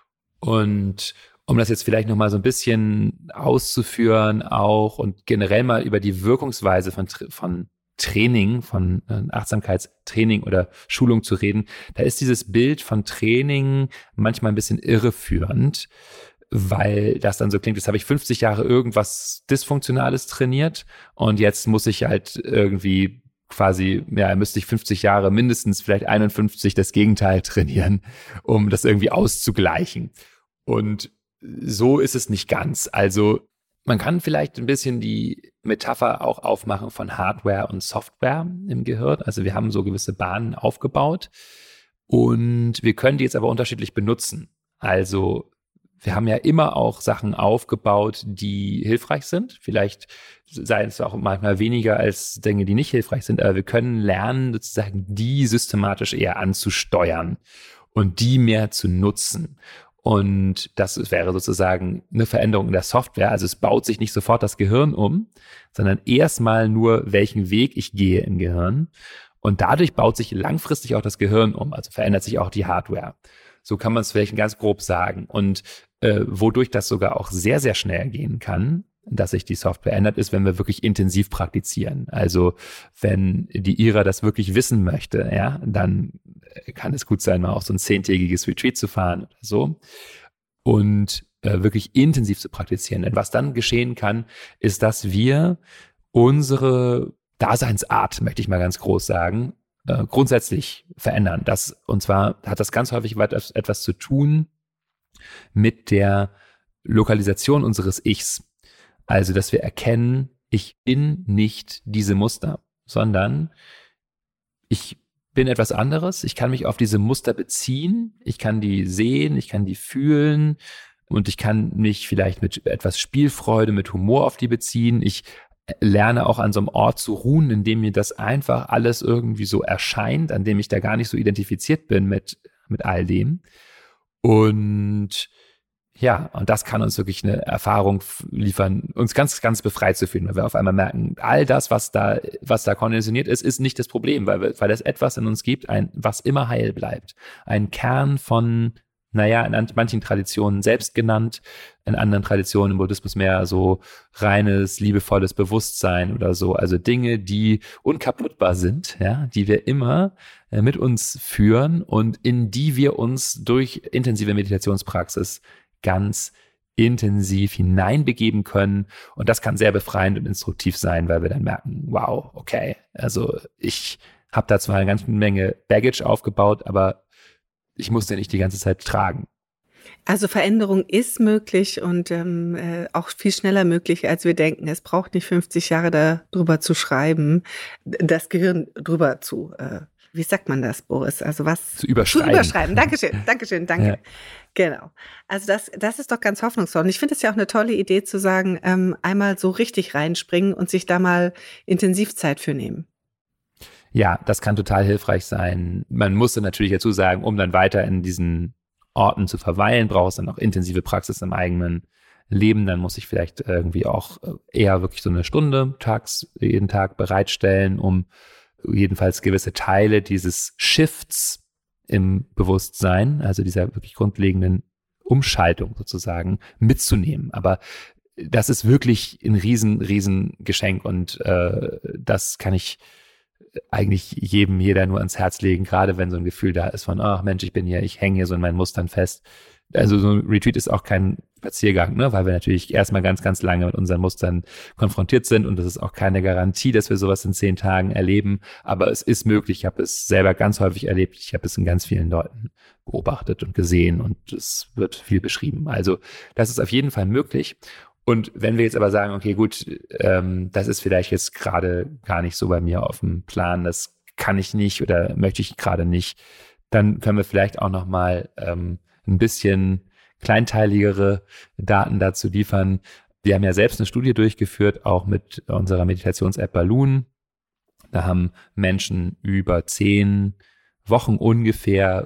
Und um das jetzt vielleicht nochmal so ein bisschen auszuführen auch und generell mal über die Wirkungsweise von Training, von Achtsamkeitstraining oder Schulung zu reden, da ist dieses Bild von Training manchmal ein bisschen irreführend, weil das dann so klingt, jetzt habe ich 50 Jahre irgendwas Dysfunktionales trainiert und jetzt muss ich halt irgendwie müsste ich 50 Jahre mindestens vielleicht 51 das Gegenteil trainieren, um das irgendwie auszugleichen. Und so ist es nicht ganz. Also man kann vielleicht ein bisschen die Metapher auch aufmachen von Hardware und Software im Gehirn. Also wir haben so gewisse Bahnen aufgebaut Und wir können die jetzt aber unterschiedlich benutzen. Also wir haben ja immer auch Sachen aufgebaut, die hilfreich sind. Vielleicht seien es auch manchmal weniger als Dinge, die nicht hilfreich sind, aber wir können lernen, sozusagen die systematisch eher anzusteuern und die mehr zu nutzen. Und das wäre sozusagen eine Veränderung in der Software. Also es baut sich nicht sofort das Gehirn um, sondern erstmal nur, welchen Weg ich gehe im Gehirn. Und dadurch baut sich langfristig auch das Gehirn um, also verändert sich auch die Hardware. So kann man es vielleicht ganz grob sagen. Und wodurch das sogar auch sehr, sehr schnell gehen kann, dass sich die Software ändert, ist, wenn wir wirklich intensiv praktizieren. Also wenn die Ira das wirklich wissen möchte, ja, dann kann es gut sein, mal auch so ein 10-tägiges Retreat zu fahren oder so. Und wirklich intensiv zu praktizieren. Denn was dann geschehen kann, ist, dass wir unsere Daseinsart, möchte ich mal ganz groß sagen, grundsätzlich verändern. Und zwar hat das ganz häufig etwas zu tun mit der Lokalisation unseres Ichs. Also, dass wir erkennen, ich bin nicht diese Muster, sondern ich bin etwas anderes. Ich kann mich auf diese Muster beziehen. Ich kann die sehen, ich kann die fühlen und ich kann mich vielleicht mit etwas Spielfreude, mit Humor auf die beziehen. Ich lerne auch an so einem Ort zu ruhen, in dem mir das einfach alles irgendwie so erscheint, an dem ich da gar nicht so identifiziert bin mit all dem. Und ja, und das kann uns wirklich eine Erfahrung liefern, uns ganz, ganz befreit zu fühlen, weil wir auf einmal merken, all das, was da konditioniert ist nicht das Problem, weil es etwas in uns gibt, was immer heil bleibt. Ein Kern von, in manchen Traditionen selbst genannt, in anderen Traditionen im Buddhismus mehr so reines, liebevolles Bewusstsein oder so. Also Dinge, die unkaputtbar sind, ja, die wir immer mit uns führen und in die wir uns durch intensive Meditationspraxis ganz intensiv hineinbegeben können. Und das kann sehr befreiend und instruktiv sein, weil wir dann merken, wow, okay, also ich habe da zwar eine ganze Menge Baggage aufgebaut, aber ich muss den nicht die ganze Zeit tragen. Also Veränderung ist möglich und auch viel schneller möglich, als wir denken. Es braucht nicht 50 Jahre darüber zu schreiben, das Gehirn drüber zu, wie sagt man das, Boris? Also was? Zu überschreiben. Zu überschreiben. Dankeschön, danke. Ja. Genau. Also das ist doch ganz hoffnungsvoll. Und ich finde es ja auch eine tolle Idee zu sagen, einmal so richtig reinspringen und sich da mal Intensivzeit für nehmen. Ja, das kann total hilfreich sein. Man musste natürlich dazu sagen, um dann weiter in diesen Orten zu verweilen, braucht es dann auch intensive Praxis im eigenen Leben. Dann muss ich vielleicht irgendwie auch eher wirklich so eine Stunde jeden Tag bereitstellen, um jedenfalls gewisse Teile dieses Shifts im Bewusstsein, also dieser wirklich grundlegenden Umschaltung sozusagen, mitzunehmen. Aber das ist wirklich ein riesen Geschenk und das kann ich eigentlich jeder nur ans Herz legen, gerade wenn so ein Gefühl da ist von, ach Mensch, ich hänge hier so in meinen Mustern fest. Also so ein Retreat ist auch kein Spaziergang, ne? Weil wir natürlich erstmal ganz, ganz lange mit unseren Mustern konfrontiert sind und das ist auch keine Garantie, dass wir sowas in 10 Tagen erleben, aber es ist möglich. Ich habe es selber ganz häufig erlebt, ich habe es in ganz vielen Leuten beobachtet und gesehen und es wird viel beschrieben. Also das ist auf jeden Fall möglich. Und wenn wir jetzt aber sagen, okay, gut, das ist vielleicht jetzt gerade gar nicht so bei mir auf dem Plan, das kann ich nicht oder möchte ich gerade nicht, dann können wir vielleicht auch nochmal ein bisschen kleinteiligere Daten dazu liefern. Wir haben ja selbst eine Studie durchgeführt, auch mit unserer Meditations-App Balloon. Da haben Menschen über 10 Wochen ungefähr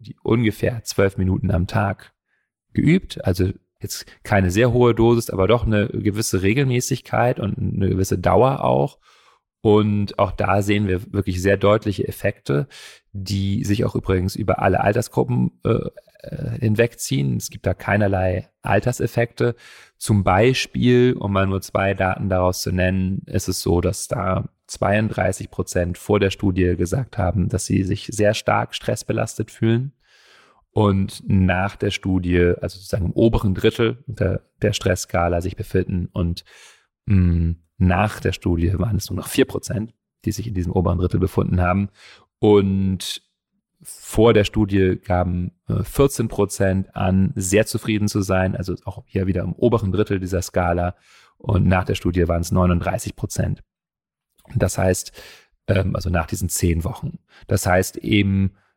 12 Minuten am Tag geübt, also jetzt keine sehr hohe Dosis, aber doch eine gewisse Regelmäßigkeit und eine gewisse Dauer auch. Und auch da sehen wir wirklich sehr deutliche Effekte, die sich auch übrigens über alle Altersgruppen hinwegziehen. Es gibt da keinerlei Alterseffekte. Zum Beispiel, um mal nur 2 Daten daraus zu nennen, ist es so, dass da 32% vor der Studie gesagt haben, dass sie sich sehr stark stressbelastet fühlen. Und nach der Studie, also sozusagen im oberen Drittel der Stressskala sich befinden. Und nach der Studie waren es nur noch 4%, die sich in diesem oberen Drittel befunden haben. Und vor der Studie gaben 14% an, sehr zufrieden zu sein, also auch hier wieder im oberen Drittel dieser Skala. Und nach der Studie waren es 39%. Das heißt, also nach diesen 10 Wochen. Das heißt eben,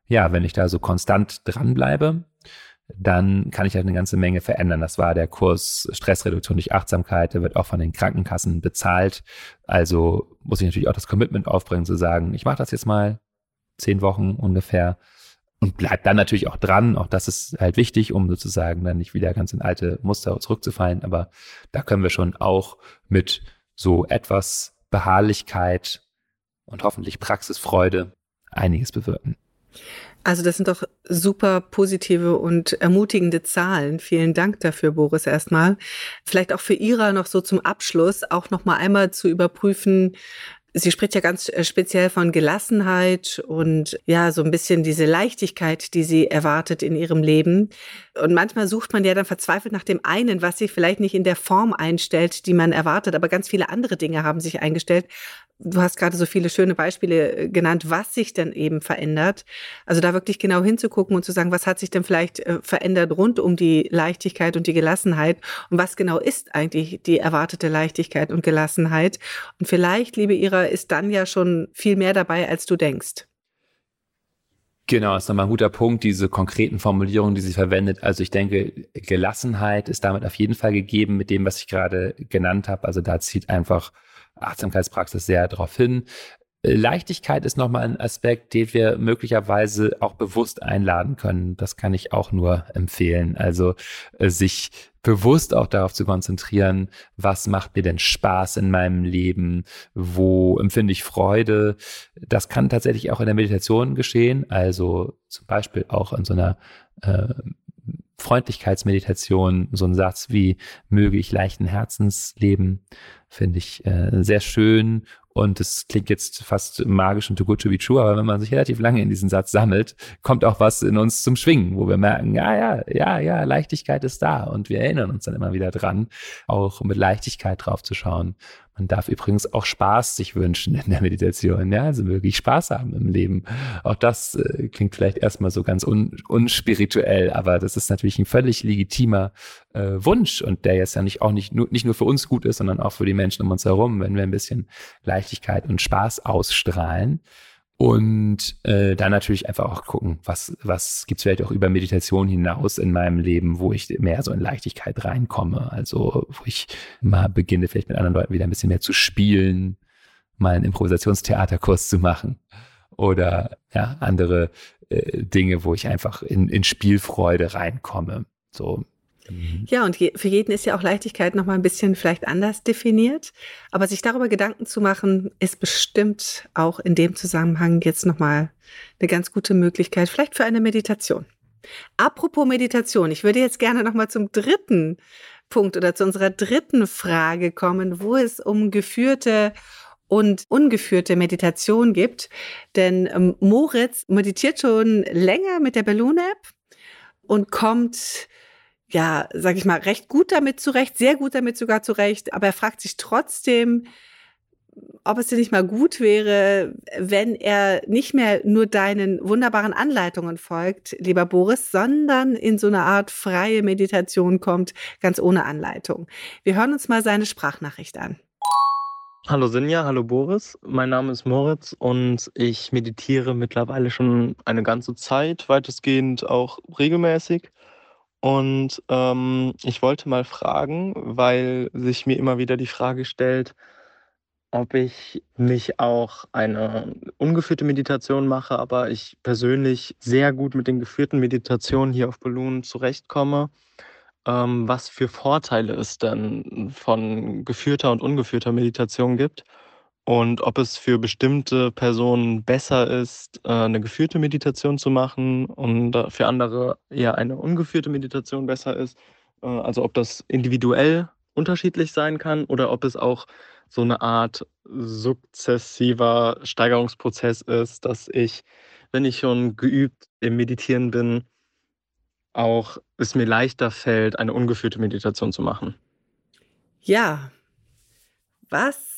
ja, wenn ich da so konstant dranbleibe, dann kann ich halt eine ganze Menge verändern. Das war der Kurs Stressreduktion durch Achtsamkeit, der wird auch von den Krankenkassen bezahlt. Also muss ich natürlich auch das Commitment aufbringen, zu sagen, ich mache das jetzt mal 10 Wochen ungefähr und bleib dann natürlich auch dran. Auch das ist halt wichtig, um sozusagen dann nicht wieder ganz in alte Muster zurückzufallen. Aber da können wir schon auch mit so etwas Beharrlichkeit und hoffentlich Praxisfreude einiges bewirken. Also das sind doch super positive und ermutigende Zahlen. Vielen Dank dafür, Boris, erstmal. Vielleicht auch für Ira noch so zum Abschluss auch noch mal einmal zu überprüfen. Sie spricht ja ganz speziell von Gelassenheit und ja, so ein bisschen diese Leichtigkeit, die sie erwartet in ihrem Leben. Und manchmal sucht man ja dann verzweifelt nach dem einen, was sich vielleicht nicht in der Form einstellt, die man erwartet, aber ganz viele andere Dinge haben sich eingestellt. Du hast gerade so viele schöne Beispiele genannt, was sich denn eben verändert. Also da wirklich genau hinzugucken und zu sagen, was hat sich denn vielleicht verändert rund um die Leichtigkeit und die Gelassenheit und was genau ist eigentlich die erwartete Leichtigkeit und Gelassenheit. Und vielleicht, liebe Ira, ist dann ja schon viel mehr dabei, als du denkst. Genau, ist nochmal ein guter Punkt, diese konkreten Formulierungen, die sie verwendet. Also ich denke, Gelassenheit ist damit auf jeden Fall gegeben mit dem, was ich gerade genannt habe. Also da zieht einfach Achtsamkeitspraxis sehr darauf hin. Leichtigkeit ist nochmal ein Aspekt, den wir möglicherweise auch bewusst einladen können. Das kann ich auch nur empfehlen. Also sich bewusst auch darauf zu konzentrieren, was macht mir denn Spaß in meinem Leben, wo empfinde ich Freude. Das kann tatsächlich auch in der Meditation geschehen, also zum Beispiel auch in so einer Freundlichkeitsmeditation, so ein Satz wie möge ich leichten Herzens leben, finde ich sehr schön. Und es klingt jetzt fast magisch und too good to be true, aber wenn man sich relativ lange in diesen Satz sammelt, kommt auch was in uns zum Schwingen, wo wir merken, ja, Leichtigkeit ist da und wir erinnern uns dann immer wieder dran, auch mit Leichtigkeit drauf zu schauen. Man darf übrigens auch Spaß sich wünschen in der Meditation, ja, also wirklich Spaß haben im Leben. Auch das klingt vielleicht erstmal so ganz unspirituell, aber das ist natürlich ein völlig legitimer Wunsch und der jetzt ja nicht nur für uns gut ist, sondern auch für die Menschen um uns herum, wenn wir ein bisschen Leichtigkeit und Spaß ausstrahlen. Und dann natürlich einfach auch gucken, was gibt's vielleicht auch über Meditation hinaus in meinem Leben, wo ich mehr so in Leichtigkeit reinkomme. Also wo ich mal beginne, vielleicht mit anderen Leuten wieder ein bisschen mehr zu spielen, mal einen Improvisationstheaterkurs zu machen oder ja andere Dinge, wo ich einfach in Spielfreude reinkomme. So. Ja, und für jeden ist ja auch Leichtigkeit noch mal ein bisschen vielleicht anders definiert. Aber sich darüber Gedanken zu machen, ist bestimmt auch in dem Zusammenhang jetzt noch mal eine ganz gute Möglichkeit, vielleicht für eine Meditation. Apropos Meditation, ich würde jetzt gerne noch mal zum dritten Punkt oder zu unserer dritten Frage kommen, wo es um geführte und ungeführte Meditation gibt. Denn Moritz meditiert schon länger mit der Balloon-App und kommt ja, sag ich mal, recht gut damit zurecht, sehr gut damit sogar zurecht, aber er fragt sich trotzdem, ob es denn nicht mal gut wäre, wenn er nicht mehr nur deinen wunderbaren Anleitungen folgt, lieber Boris, sondern in so eine Art freie Meditation kommt, ganz ohne Anleitung. Wir hören uns mal seine Sprachnachricht an. Hallo Sinja, hallo Boris. Mein Name ist Moritz und ich meditiere mittlerweile schon eine ganze Zeit, weitestgehend auch regelmäßig. Und ich wollte mal fragen, weil sich mir immer wieder die Frage stellt, ob ich nicht auch eine ungeführte Meditation mache, aber ich persönlich sehr gut mit den geführten Meditationen hier auf Balloon zurechtkomme. Was für Vorteile es denn von geführter und ungeführter Meditation gibt und ob es für bestimmte Personen besser ist, eine geführte Meditation zu machen und für andere eher eine ungeführte Meditation besser ist. Also ob das individuell unterschiedlich sein kann oder ob es auch so eine Art sukzessiver Steigerungsprozess ist, dass ich, wenn ich schon geübt im Meditieren bin, auch es mir leichter fällt, eine ungeführte Meditation zu machen. Ja, was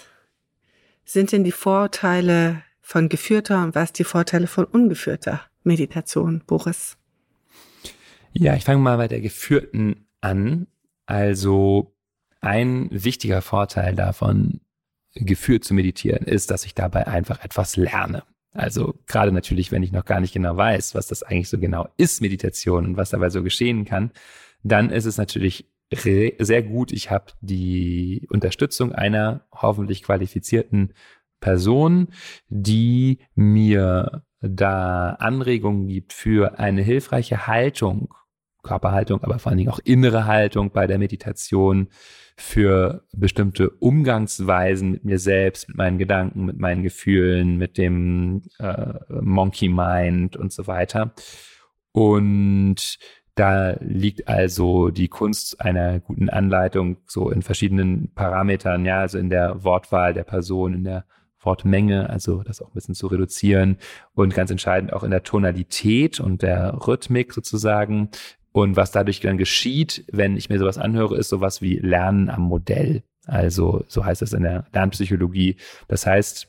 sind denn die Vorteile von geführter und was die Vorteile von ungeführter Meditation, Boris? Ja, ich fange mal bei der geführten an. Also ein wichtiger Vorteil davon, geführt zu meditieren, ist, dass ich dabei einfach etwas lerne. Also gerade natürlich, wenn ich noch gar nicht genau weiß, was das eigentlich so genau ist, Meditation und was dabei so geschehen kann, dann ist es natürlich sehr gut. Ich habe die Unterstützung einer hoffentlich qualifizierten Person, die mir da Anregungen gibt für eine hilfreiche Haltung, Körperhaltung, aber vor allen Dingen auch innere Haltung bei der Meditation, für bestimmte Umgangsweisen mit mir selbst, mit meinen Gedanken, mit meinen Gefühlen, mit dem Monkey Mind und so weiter. Und da liegt also die Kunst einer guten Anleitung so in verschiedenen Parametern, ja, also in der Wortwahl der Person, in der Wortmenge, also das auch ein bisschen zu reduzieren und ganz entscheidend auch in der Tonalität und der Rhythmik sozusagen. Und was dadurch dann geschieht, wenn ich mir sowas anhöre, ist sowas wie Lernen am Modell. Also so heißt es in der Lernpsychologie. Das heißt,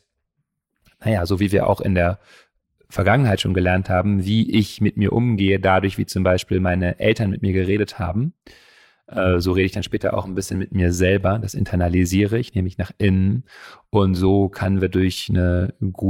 so wie wir auch in der Vergangenheit schon gelernt haben, wie ich mit mir umgehe, dadurch, wie zum Beispiel meine Eltern mit mir geredet haben. So rede ich dann später auch ein bisschen mit mir selber. Das internalisiere ich, nehme ich nach innen. Und so können wir durch eine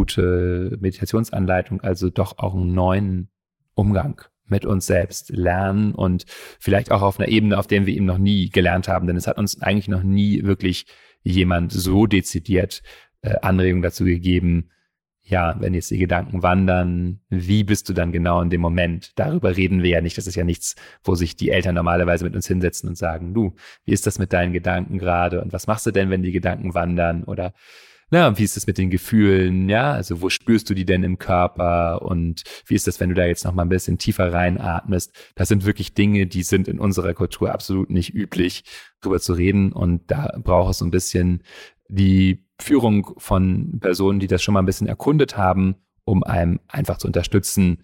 gute Meditationsanleitung also doch auch einen neuen Umgang mit uns selbst lernen und vielleicht auch auf einer Ebene, auf der wir eben noch nie gelernt haben. Denn es hat uns eigentlich noch nie wirklich jemand so dezidiert Anregungen dazu gegeben, ja, wenn jetzt die Gedanken wandern, wie bist du dann genau in dem Moment? Darüber reden wir ja nicht. Das ist ja nichts, wo sich die Eltern normalerweise mit uns hinsetzen und sagen, du, wie ist das mit deinen Gedanken gerade? Und was machst du denn, wenn die Gedanken wandern? Oder wie ist das mit den Gefühlen? Ja, also wo spürst du die denn im Körper? Und wie ist das, wenn du da jetzt noch mal ein bisschen tiefer reinatmest? Das sind wirklich Dinge, die sind in unserer Kultur absolut nicht üblich, drüber zu reden. Und da braucht es so ein bisschen die Führung von Personen, die das schon mal ein bisschen erkundet haben, um einem einfach zu unterstützen,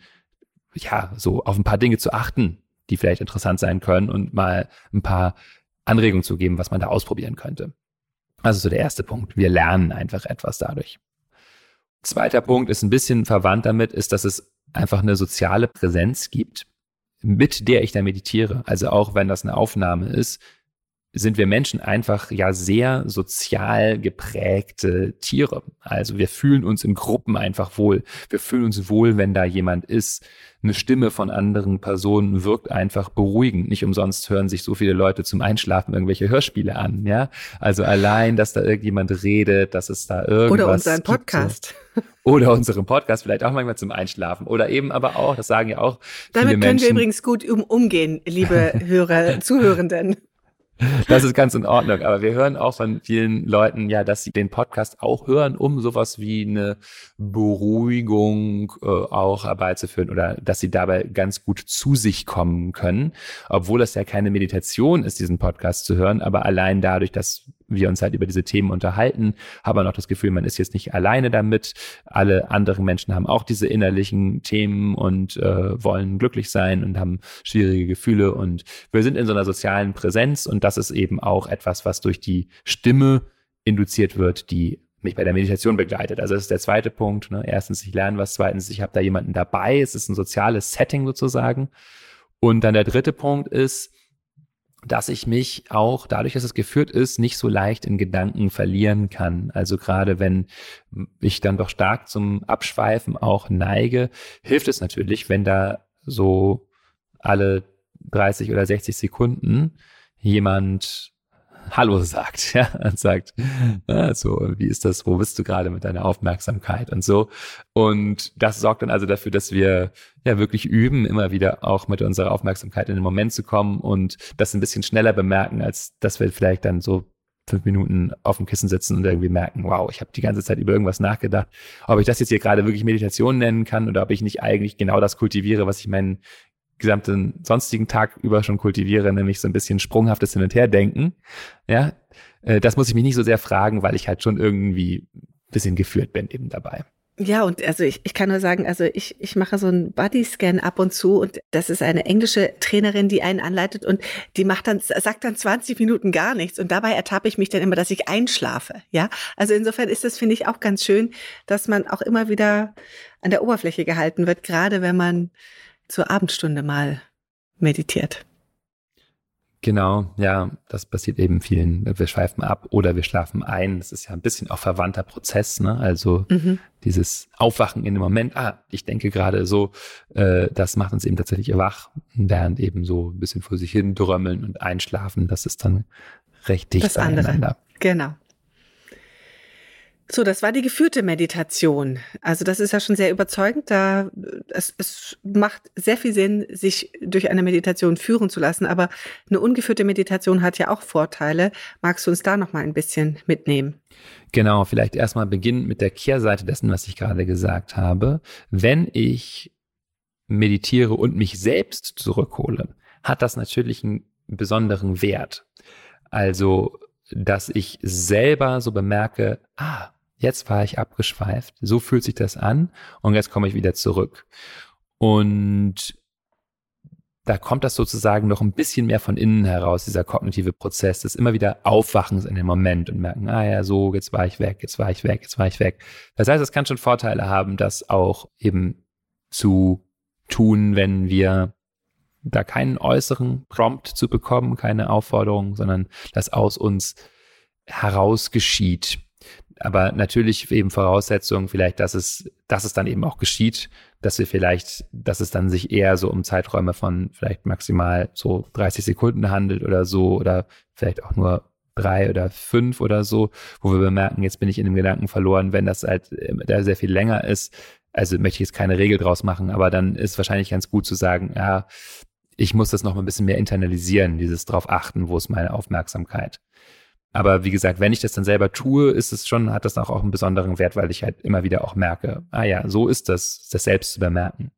ja, so auf ein paar Dinge zu achten, die vielleicht interessant sein können und mal ein paar Anregungen zu geben, was man da ausprobieren könnte. Also so der erste Punkt. Wir lernen einfach etwas dadurch. Zweiter Punkt ist ein bisschen verwandt damit, ist, dass es einfach eine soziale Präsenz gibt, mit der ich da meditiere. Also auch wenn das eine Aufnahme ist, sind wir Menschen einfach ja sehr sozial geprägte Tiere. Also wir fühlen uns in Gruppen einfach wohl. Wir fühlen uns wohl, wenn da jemand ist. Eine Stimme von anderen Personen wirkt einfach beruhigend. Nicht umsonst hören sich so viele Leute zum Einschlafen irgendwelche Hörspiele an, ja. Also allein, dass da irgendjemand redet, dass es da irgendwas oder unseren Podcast. Gibt, so. Oder unseren Podcast vielleicht auch manchmal zum Einschlafen. Oder eben aber auch, das sagen ja auch damit viele Menschen. Damit können wir übrigens gut umgehen, liebe Hörer, Zuhörenden. Das ist ganz in Ordnung, aber wir hören auch von vielen Leuten, ja, dass sie den Podcast auch hören, um sowas wie eine Beruhigung auch herbeizuführen oder dass sie dabei ganz gut zu sich kommen können, obwohl es ja keine Meditation ist, diesen Podcast zu hören, aber allein dadurch, dass wir uns halt über diese Themen unterhalten, haben wir noch das Gefühl, man ist jetzt nicht alleine damit. Alle anderen Menschen haben auch diese innerlichen Themen und wollen glücklich sein und haben schwierige Gefühle und wir sind in so einer sozialen Präsenz und das ist eben auch etwas, was durch die Stimme induziert wird, die mich bei der Meditation begleitet. Also das ist der zweite Punkt. Ne? Erstens, ich lerne was. Zweitens, ich habe da jemanden dabei. Es ist ein soziales Setting sozusagen. Und dann der dritte Punkt ist, dass ich mich auch, dadurch, dass es geführt ist, nicht so leicht in Gedanken verlieren kann. Also gerade wenn ich dann doch stark zum Abschweifen auch neige, hilft es natürlich, wenn da so alle 30 oder 60 Sekunden jemand Hallo sagt, ja, und sagt, so, wie ist das, wo bist du gerade mit deiner Aufmerksamkeit und so. Und das sorgt dann also dafür, dass wir ja wirklich üben, immer wieder auch mit unserer Aufmerksamkeit in den Moment zu kommen und das ein bisschen schneller bemerken, als dass wir vielleicht dann so 5 Minuten auf dem Kissen sitzen und irgendwie merken, wow, ich habe die ganze Zeit über irgendwas nachgedacht. Ob ich das jetzt hier gerade wirklich Meditation nennen kann oder ob ich nicht eigentlich genau das kultiviere, was ich meinen gesamten sonstigen Tag über schon kultiviere, nämlich so ein bisschen sprunghaftes Hin- und Herdenken. Ja, das muss ich mich nicht so sehr fragen, weil ich halt schon irgendwie ein bisschen geführt bin eben dabei. Ja, und also ich kann nur sagen, also ich mache so einen Bodyscan ab und zu und das ist eine englische Trainerin, die einen anleitet und die sagt dann 20 Minuten gar nichts und dabei ertappe ich mich dann immer, dass ich einschlafe. Ja, also insofern ist das, finde ich, auch ganz schön, dass man auch immer wieder an der Oberfläche gehalten wird, gerade wenn man zur Abendstunde mal meditiert. Genau, ja, das passiert eben vielen. Wir schweifen ab oder wir schlafen ein. Das ist ja ein bisschen auch verwandter Prozess, ne? Also dieses Aufwachen in dem Moment, ich denke gerade so, das macht uns eben tatsächlich wach, während eben so ein bisschen vor sich hin drömmeln und einschlafen, das ist dann recht dicht Das andere. beieinander. Genau. So, das war die geführte Meditation. Also das ist ja schon sehr überzeugend. Es macht sehr viel Sinn, sich durch eine Meditation führen zu lassen. Aber eine ungeführte Meditation hat ja auch Vorteile. Magst du uns da noch mal ein bisschen mitnehmen? Genau, vielleicht erstmal beginnen mit der Kehrseite dessen, was ich gerade gesagt habe. Wenn ich meditiere und mich selbst zurückhole, hat das natürlich einen besonderen Wert. Also, dass ich selber so bemerke, jetzt war ich abgeschweift, so fühlt sich das an und jetzt komme ich wieder zurück. Und da kommt das sozusagen noch ein bisschen mehr von innen heraus, dieser kognitive Prozess, des immer wieder Aufwachens in dem Moment und merken, so, jetzt war ich weg, jetzt war ich weg, jetzt war ich weg. Das heißt, es kann schon Vorteile haben, das auch eben zu tun, wenn wir da keinen äußeren Prompt zu bekommen, keine Aufforderung, sondern das aus uns heraus geschieht. Aber natürlich eben Voraussetzung vielleicht, dass es dann eben auch geschieht, dass es dann sich eher so um Zeiträume von vielleicht maximal so 30 Sekunden handelt oder so oder vielleicht auch nur 3 oder 5 oder so, wo wir bemerken, jetzt bin ich in dem Gedanken verloren. Wenn das halt da sehr viel länger ist, also möchte ich jetzt keine Regel draus machen, aber dann ist wahrscheinlich ganz gut zu sagen, ich muss das noch mal ein bisschen mehr internalisieren, dieses drauf achten, wo ist meine Aufmerksamkeit. Aber wie gesagt, wenn ich das dann selber tue, hat das auch einen besonderen Wert, weil ich halt immer wieder auch merke, so ist das selbst zu bemerken.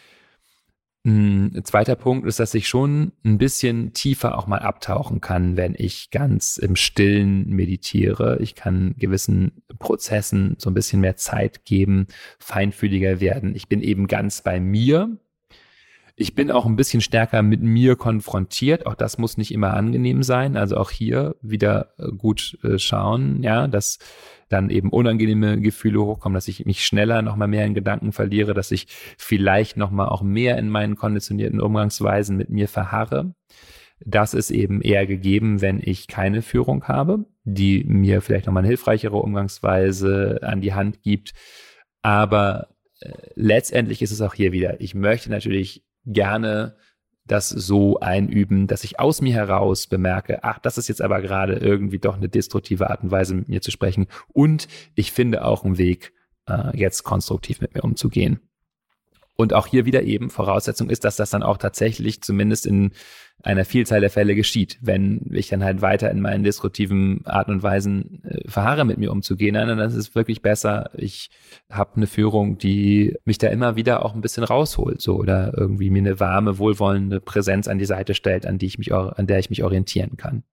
Zweiter Punkt ist, dass ich schon ein bisschen tiefer auch mal abtauchen kann, wenn ich ganz im Stillen meditiere. Ich kann gewissen Prozessen so ein bisschen mehr Zeit geben, feinfühliger werden. Ich bin eben ganz bei mir. Ich bin auch ein bisschen stärker mit mir konfrontiert. Auch das muss nicht immer angenehm sein. Also auch hier wieder gut schauen, dass dann eben unangenehme Gefühle hochkommen, dass ich mich schneller noch mal mehr in Gedanken verliere, dass ich vielleicht noch mal auch mehr in meinen konditionierten Umgangsweisen mit mir verharre. Das ist eben eher gegeben, wenn ich keine Führung habe, die mir vielleicht noch mal eine hilfreichere Umgangsweise an die Hand gibt. Aber letztendlich ist es auch hier wieder, ich möchte natürlich gerne das so einüben, dass ich aus mir heraus bemerke, das ist jetzt aber gerade irgendwie doch eine destruktive Art und Weise, mit mir zu sprechen. Und ich finde auch einen Weg, jetzt konstruktiv mit mir umzugehen. Und auch hier wieder eben Voraussetzung ist, dass das dann auch tatsächlich zumindest in einer Vielzahl der Fälle geschieht. Wenn ich dann halt weiter in meinen destruktiven Arten und Weisen verharre, mit mir umzugehen, dann ist es wirklich besser, ich habe eine Führung, die mich da immer wieder auch ein bisschen rausholt, so, oder irgendwie mir eine warme, wohlwollende Präsenz an die Seite stellt, an der ich mich orientieren kann.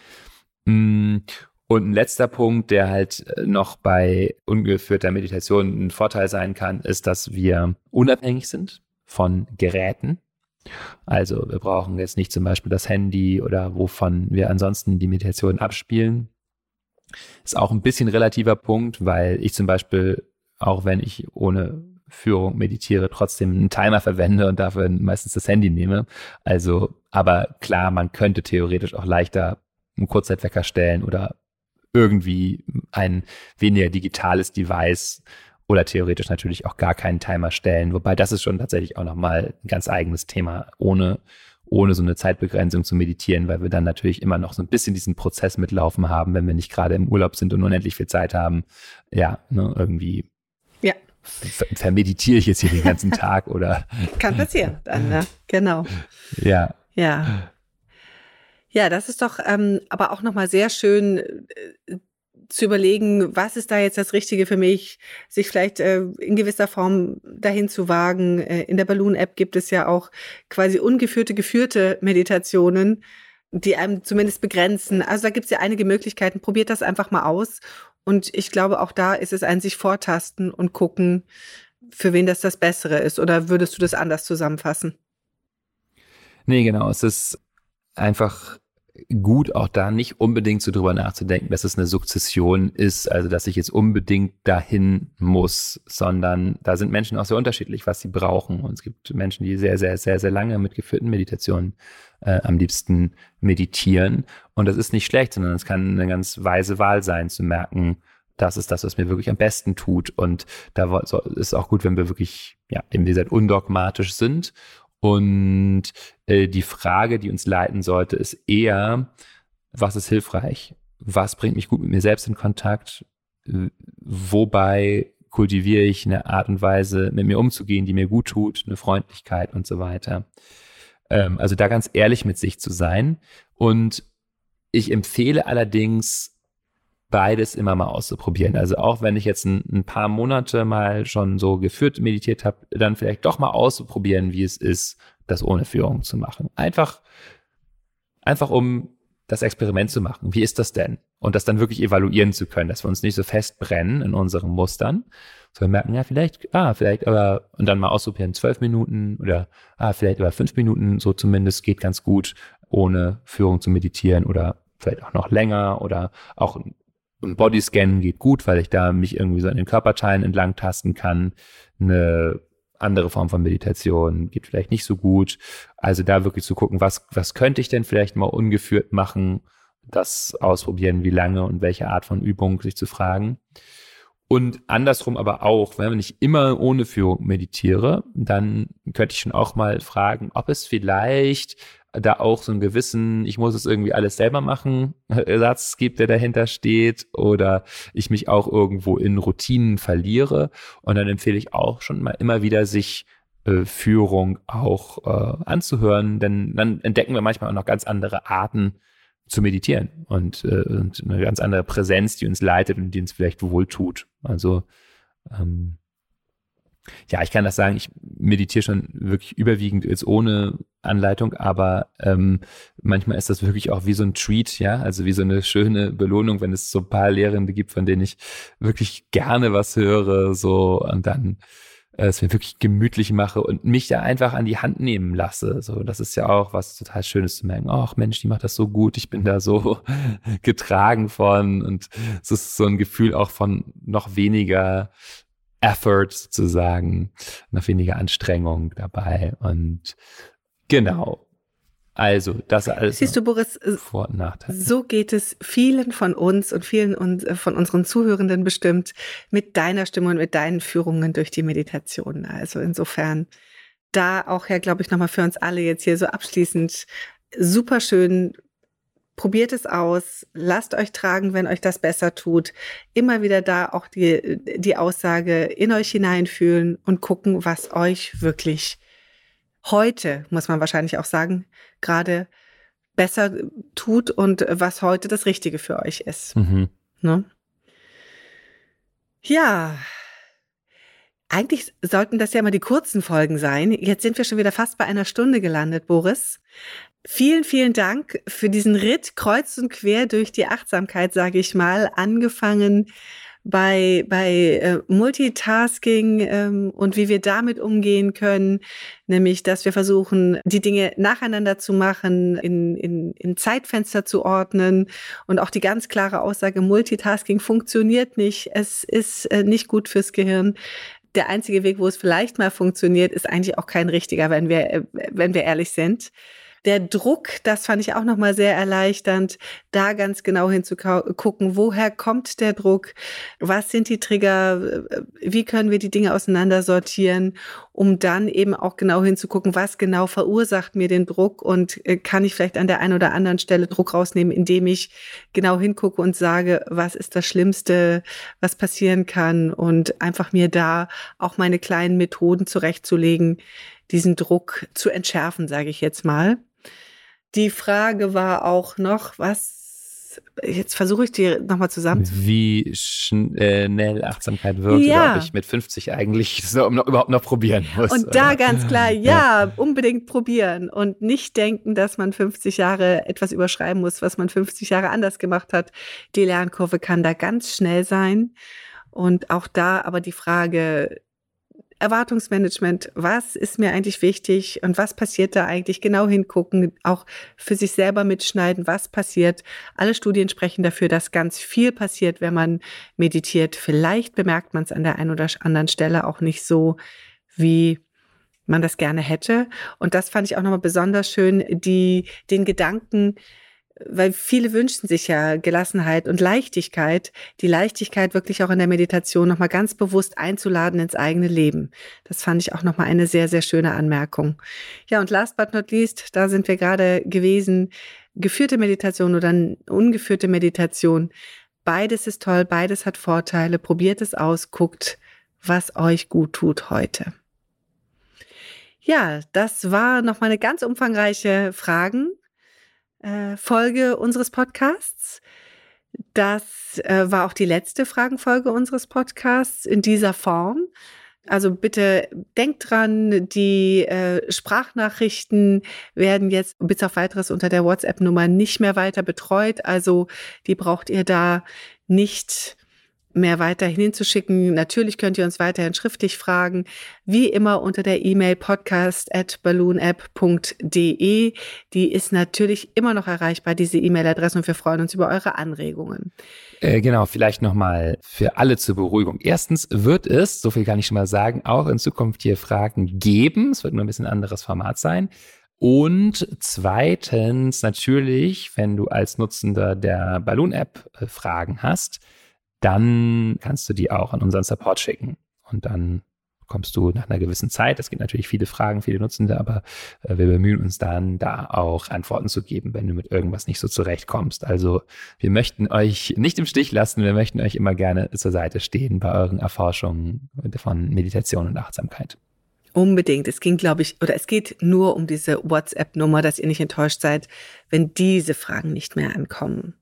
Und ein letzter Punkt, der halt noch bei ungeführter Meditation ein Vorteil sein kann, ist, dass wir unabhängig sind von Geräten. Also wir brauchen jetzt nicht zum Beispiel das Handy oder wovon wir ansonsten die Meditation abspielen. Ist auch ein bisschen relativer Punkt, weil ich zum Beispiel, auch wenn ich ohne Führung meditiere, trotzdem einen Timer verwende und dafür meistens das Handy nehme. Also, aber klar, man könnte theoretisch auch leichter einen Kurzzeitwecker stellen oder irgendwie ein weniger digitales Device oder theoretisch natürlich auch gar keinen Timer stellen. Wobei das ist schon tatsächlich auch nochmal ein ganz eigenes Thema, ohne so eine Zeitbegrenzung zu meditieren, weil wir dann natürlich immer noch so ein bisschen diesen Prozess mitlaufen haben, wenn wir nicht gerade im Urlaub sind und unendlich viel Zeit haben. Irgendwie vermeditiere ich jetzt hier den ganzen Tag oder. Kann passieren dann, ne? Genau. Ja. Ja, das ist doch aber auch nochmal sehr schön zu überlegen, was ist da jetzt das Richtige für mich, sich vielleicht in gewisser Form dahin zu wagen. In der Balloon-App gibt es ja auch quasi geführte Meditationen, die einem zumindest begrenzen. Also da gibt es ja einige Möglichkeiten. Probiert das einfach mal aus. Und ich glaube, auch da ist es ein sich vortasten und gucken, für wen das Bessere ist. Oder würdest du das anders zusammenfassen? Nee, genau. Es ist einfach gut, auch da nicht unbedingt so drüber nachzudenken, dass es eine Sukzession ist, also dass ich jetzt unbedingt dahin muss, sondern da sind Menschen auch sehr unterschiedlich, was sie brauchen. Und es gibt Menschen, die sehr, sehr, sehr, sehr lange mit geführten Meditationen am liebsten meditieren. Und das ist nicht schlecht, sondern es kann eine ganz weise Wahl sein, zu merken, das ist das, was mir wirklich am besten tut. Und da ist es auch gut, wenn wir wirklich, ja, eben wie gesagt, undogmatisch sind. Und die Frage, die uns leiten sollte, ist eher, was ist hilfreich? Was bringt mich gut mit mir selbst in Kontakt? Wobei kultiviere ich eine Art und Weise, mit mir umzugehen, die mir gut tut, eine Freundlichkeit und so weiter. Also da ganz ehrlich mit sich zu sein. Und ich empfehle allerdings, beides immer mal auszuprobieren. Also auch wenn ich jetzt ein paar Monate mal schon so geführt meditiert habe, dann vielleicht doch mal auszuprobieren, wie es ist, das ohne Führung zu machen. Einfach um das Experiment zu machen. Wie ist das denn? Und das dann wirklich evaluieren zu können, dass wir uns nicht so festbrennen in unseren Mustern, sondern merken, ja, vielleicht aber, und dann mal ausprobieren, 12 Minuten oder vielleicht aber 5 Minuten, so zumindest geht ganz gut, ohne Führung zu meditieren oder vielleicht auch noch länger oder auch ein Bodyscan geht gut, weil ich da mich irgendwie so an den Körperteilen entlang tasten kann. Eine andere Form von Meditation geht vielleicht nicht so gut. Also da wirklich zu gucken, was könnte ich denn vielleicht mal ungeführt machen, das ausprobieren, wie lange und welche Art von Übung sich zu fragen. Und andersrum aber auch, wenn ich immer ohne Führung meditiere, dann könnte ich schon auch mal fragen, ob es vielleicht da auch so einen gewissen, ich muss es irgendwie alles selber machen, Satz gibt, der dahinter steht, oder ich mich auch irgendwo in Routinen verliere. Und dann empfehle ich auch schon mal immer wieder, sich Führung auch anzuhören, denn dann entdecken wir manchmal auch noch ganz andere Arten zu meditieren und eine ganz andere Präsenz, die uns leitet und die uns vielleicht wohltut. Also ja, ich kann das sagen, ich meditiere schon wirklich überwiegend jetzt ohne Anleitung, aber manchmal ist das wirklich auch wie so ein Treat, ja, also wie so eine schöne Belohnung, wenn es so ein paar Lehrende gibt, von denen ich wirklich gerne was höre, so, und dann es mir wirklich gemütlich mache und mich da einfach an die Hand nehmen lasse. So, das ist ja auch was total Schönes zu merken. Ach Mensch, die macht das so gut, ich bin da so getragen von, und es ist so ein Gefühl auch von noch weniger Effort sozusagen, noch weniger Anstrengung dabei. Und genau. Also, das alles. Siehst du, Boris, Vor- und Nachteile. So geht es vielen von uns und vielen von unseren Zuhörenden bestimmt mit deiner Stimme und mit deinen Führungen durch die Meditation. Also insofern da auch ja, glaube ich, nochmal für uns alle jetzt hier so abschließend super schön. Probiert es aus, lasst euch tragen, wenn euch das besser tut. Immer wieder da auch die Aussage in euch hineinfühlen und gucken, was euch wirklich heute, muss man wahrscheinlich auch sagen, gerade besser tut und was heute das Richtige für euch ist. Mhm. Ne? Ja, eigentlich sollten das ja mal die kurzen Folgen sein. Jetzt sind wir schon wieder fast bei einer Stunde gelandet, Boris. Vielen, vielen Dank für diesen Ritt kreuz und quer durch die Achtsamkeit, sage ich mal, angefangen bei Multitasking und wie wir damit umgehen können, nämlich, dass wir versuchen, die Dinge nacheinander zu machen, in Zeitfenster zu ordnen, und auch die ganz klare Aussage, Multitasking funktioniert nicht, es ist nicht gut fürs Gehirn. Der einzige Weg, wo es vielleicht mal funktioniert, ist eigentlich auch kein richtiger, wenn wir ehrlich sind. Der Druck, das fand ich auch nochmal sehr erleichternd, da ganz genau hinzugucken, woher kommt der Druck, was sind die Trigger, wie können wir die Dinge auseinandersortieren, um dann eben auch genau hinzugucken, was genau verursacht mir den Druck, und kann ich vielleicht an der einen oder anderen Stelle Druck rausnehmen, indem ich genau hingucke und sage, was ist das Schlimmste, was passieren kann, und einfach mir da auch meine kleinen Methoden zurechtzulegen, diesen Druck zu entschärfen, sage ich jetzt mal. Die Frage war auch noch, jetzt versuche ich die nochmal zusammen. Wie schnell Achtsamkeit wirkt, Ja. oder ob ich mit 50 eigentlich das überhaupt noch probieren muss. Und da ganz klar, ja, unbedingt probieren und nicht denken, dass man 50 Jahre etwas überschreiben muss, was man 50 Jahre anders gemacht hat. Die Lernkurve kann da ganz schnell sein. Und auch da aber die Frage, Erwartungsmanagement, was ist mir eigentlich wichtig und was passiert da eigentlich, genau hingucken, auch für sich selber mitschneiden, was passiert. Alle Studien sprechen dafür, dass ganz viel passiert, wenn man meditiert. Vielleicht bemerkt man es an der einen oder anderen Stelle auch nicht so, wie man das gerne hätte. Und das fand ich auch nochmal besonders schön, den Gedanken, weil viele wünschen sich ja Gelassenheit und Leichtigkeit, die Leichtigkeit wirklich auch in der Meditation nochmal ganz bewusst einzuladen ins eigene Leben. Das fand ich auch nochmal eine sehr, sehr schöne Anmerkung. Ja, und last but not least, da sind wir gerade gewesen, geführte Meditation oder ungeführte Meditation. Beides ist toll, beides hat Vorteile. Probiert es aus, guckt, was euch gut tut heute. Ja, das war nochmal eine ganz umfangreiche Folge unseres Podcasts. Das war auch die letzte Fragenfolge unseres Podcasts in dieser Form. Also bitte denkt dran, die Sprachnachrichten werden jetzt bis auf Weiteres unter der WhatsApp-Nummer nicht mehr weiter betreut. Also die braucht ihr da nicht mehr weiterhin hinzuschicken. Natürlich könnt ihr uns weiterhin schriftlich fragen, wie immer unter der E-Mail podcast@balloonapp.de. Die ist natürlich immer noch erreichbar, diese E-Mail-Adresse, und wir freuen uns über eure Anregungen. Genau, vielleicht nochmal für alle zur Beruhigung. Erstens wird es, so viel kann ich schon mal sagen, auch in Zukunft hier Fragen geben. Es wird nur ein bisschen anderes Format sein. Und zweitens natürlich, wenn du als Nutzender der Balloon-App Fragen hast, dann kannst du die auch an unseren Support schicken. Und dann bekommst du nach einer gewissen Zeit, es gibt natürlich viele Fragen, viele Nutzende, aber wir bemühen uns dann, da auch Antworten zu geben, wenn du mit irgendwas nicht so zurechtkommst. Also wir möchten euch nicht im Stich lassen, wir möchten euch immer gerne zur Seite stehen bei euren Erforschungen von Meditation und Achtsamkeit. Unbedingt. Es geht nur um diese WhatsApp-Nummer, dass ihr nicht enttäuscht seid, wenn diese Fragen nicht mehr ankommen.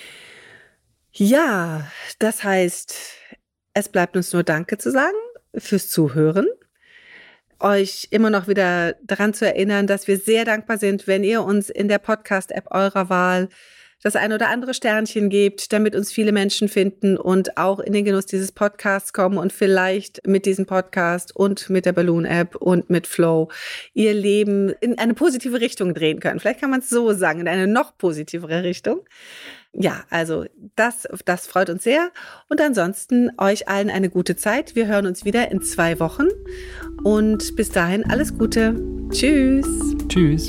Ja, das heißt, es bleibt uns nur Danke zu sagen fürs Zuhören. Euch immer noch wieder daran zu erinnern, dass wir sehr dankbar sind, wenn ihr uns in der Podcast-App eurer Wahl das ein oder andere Sternchen gebt, damit uns viele Menschen finden und auch in den Genuss dieses Podcasts kommen und vielleicht mit diesem Podcast und mit der Balloon-App und mit Flow ihr Leben in eine positive Richtung drehen können. Vielleicht kann man es so sagen, in eine noch positivere Richtung. Ja, also das freut uns sehr. Und ansonsten euch allen eine gute Zeit. Wir hören uns wieder in 2 Wochen. Und bis dahin alles Gute. Tschüss. Tschüss.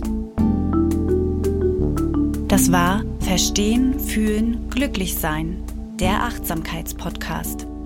Das war Verstehen, Fühlen, Glücklich sein, der Achtsamkeitspodcast.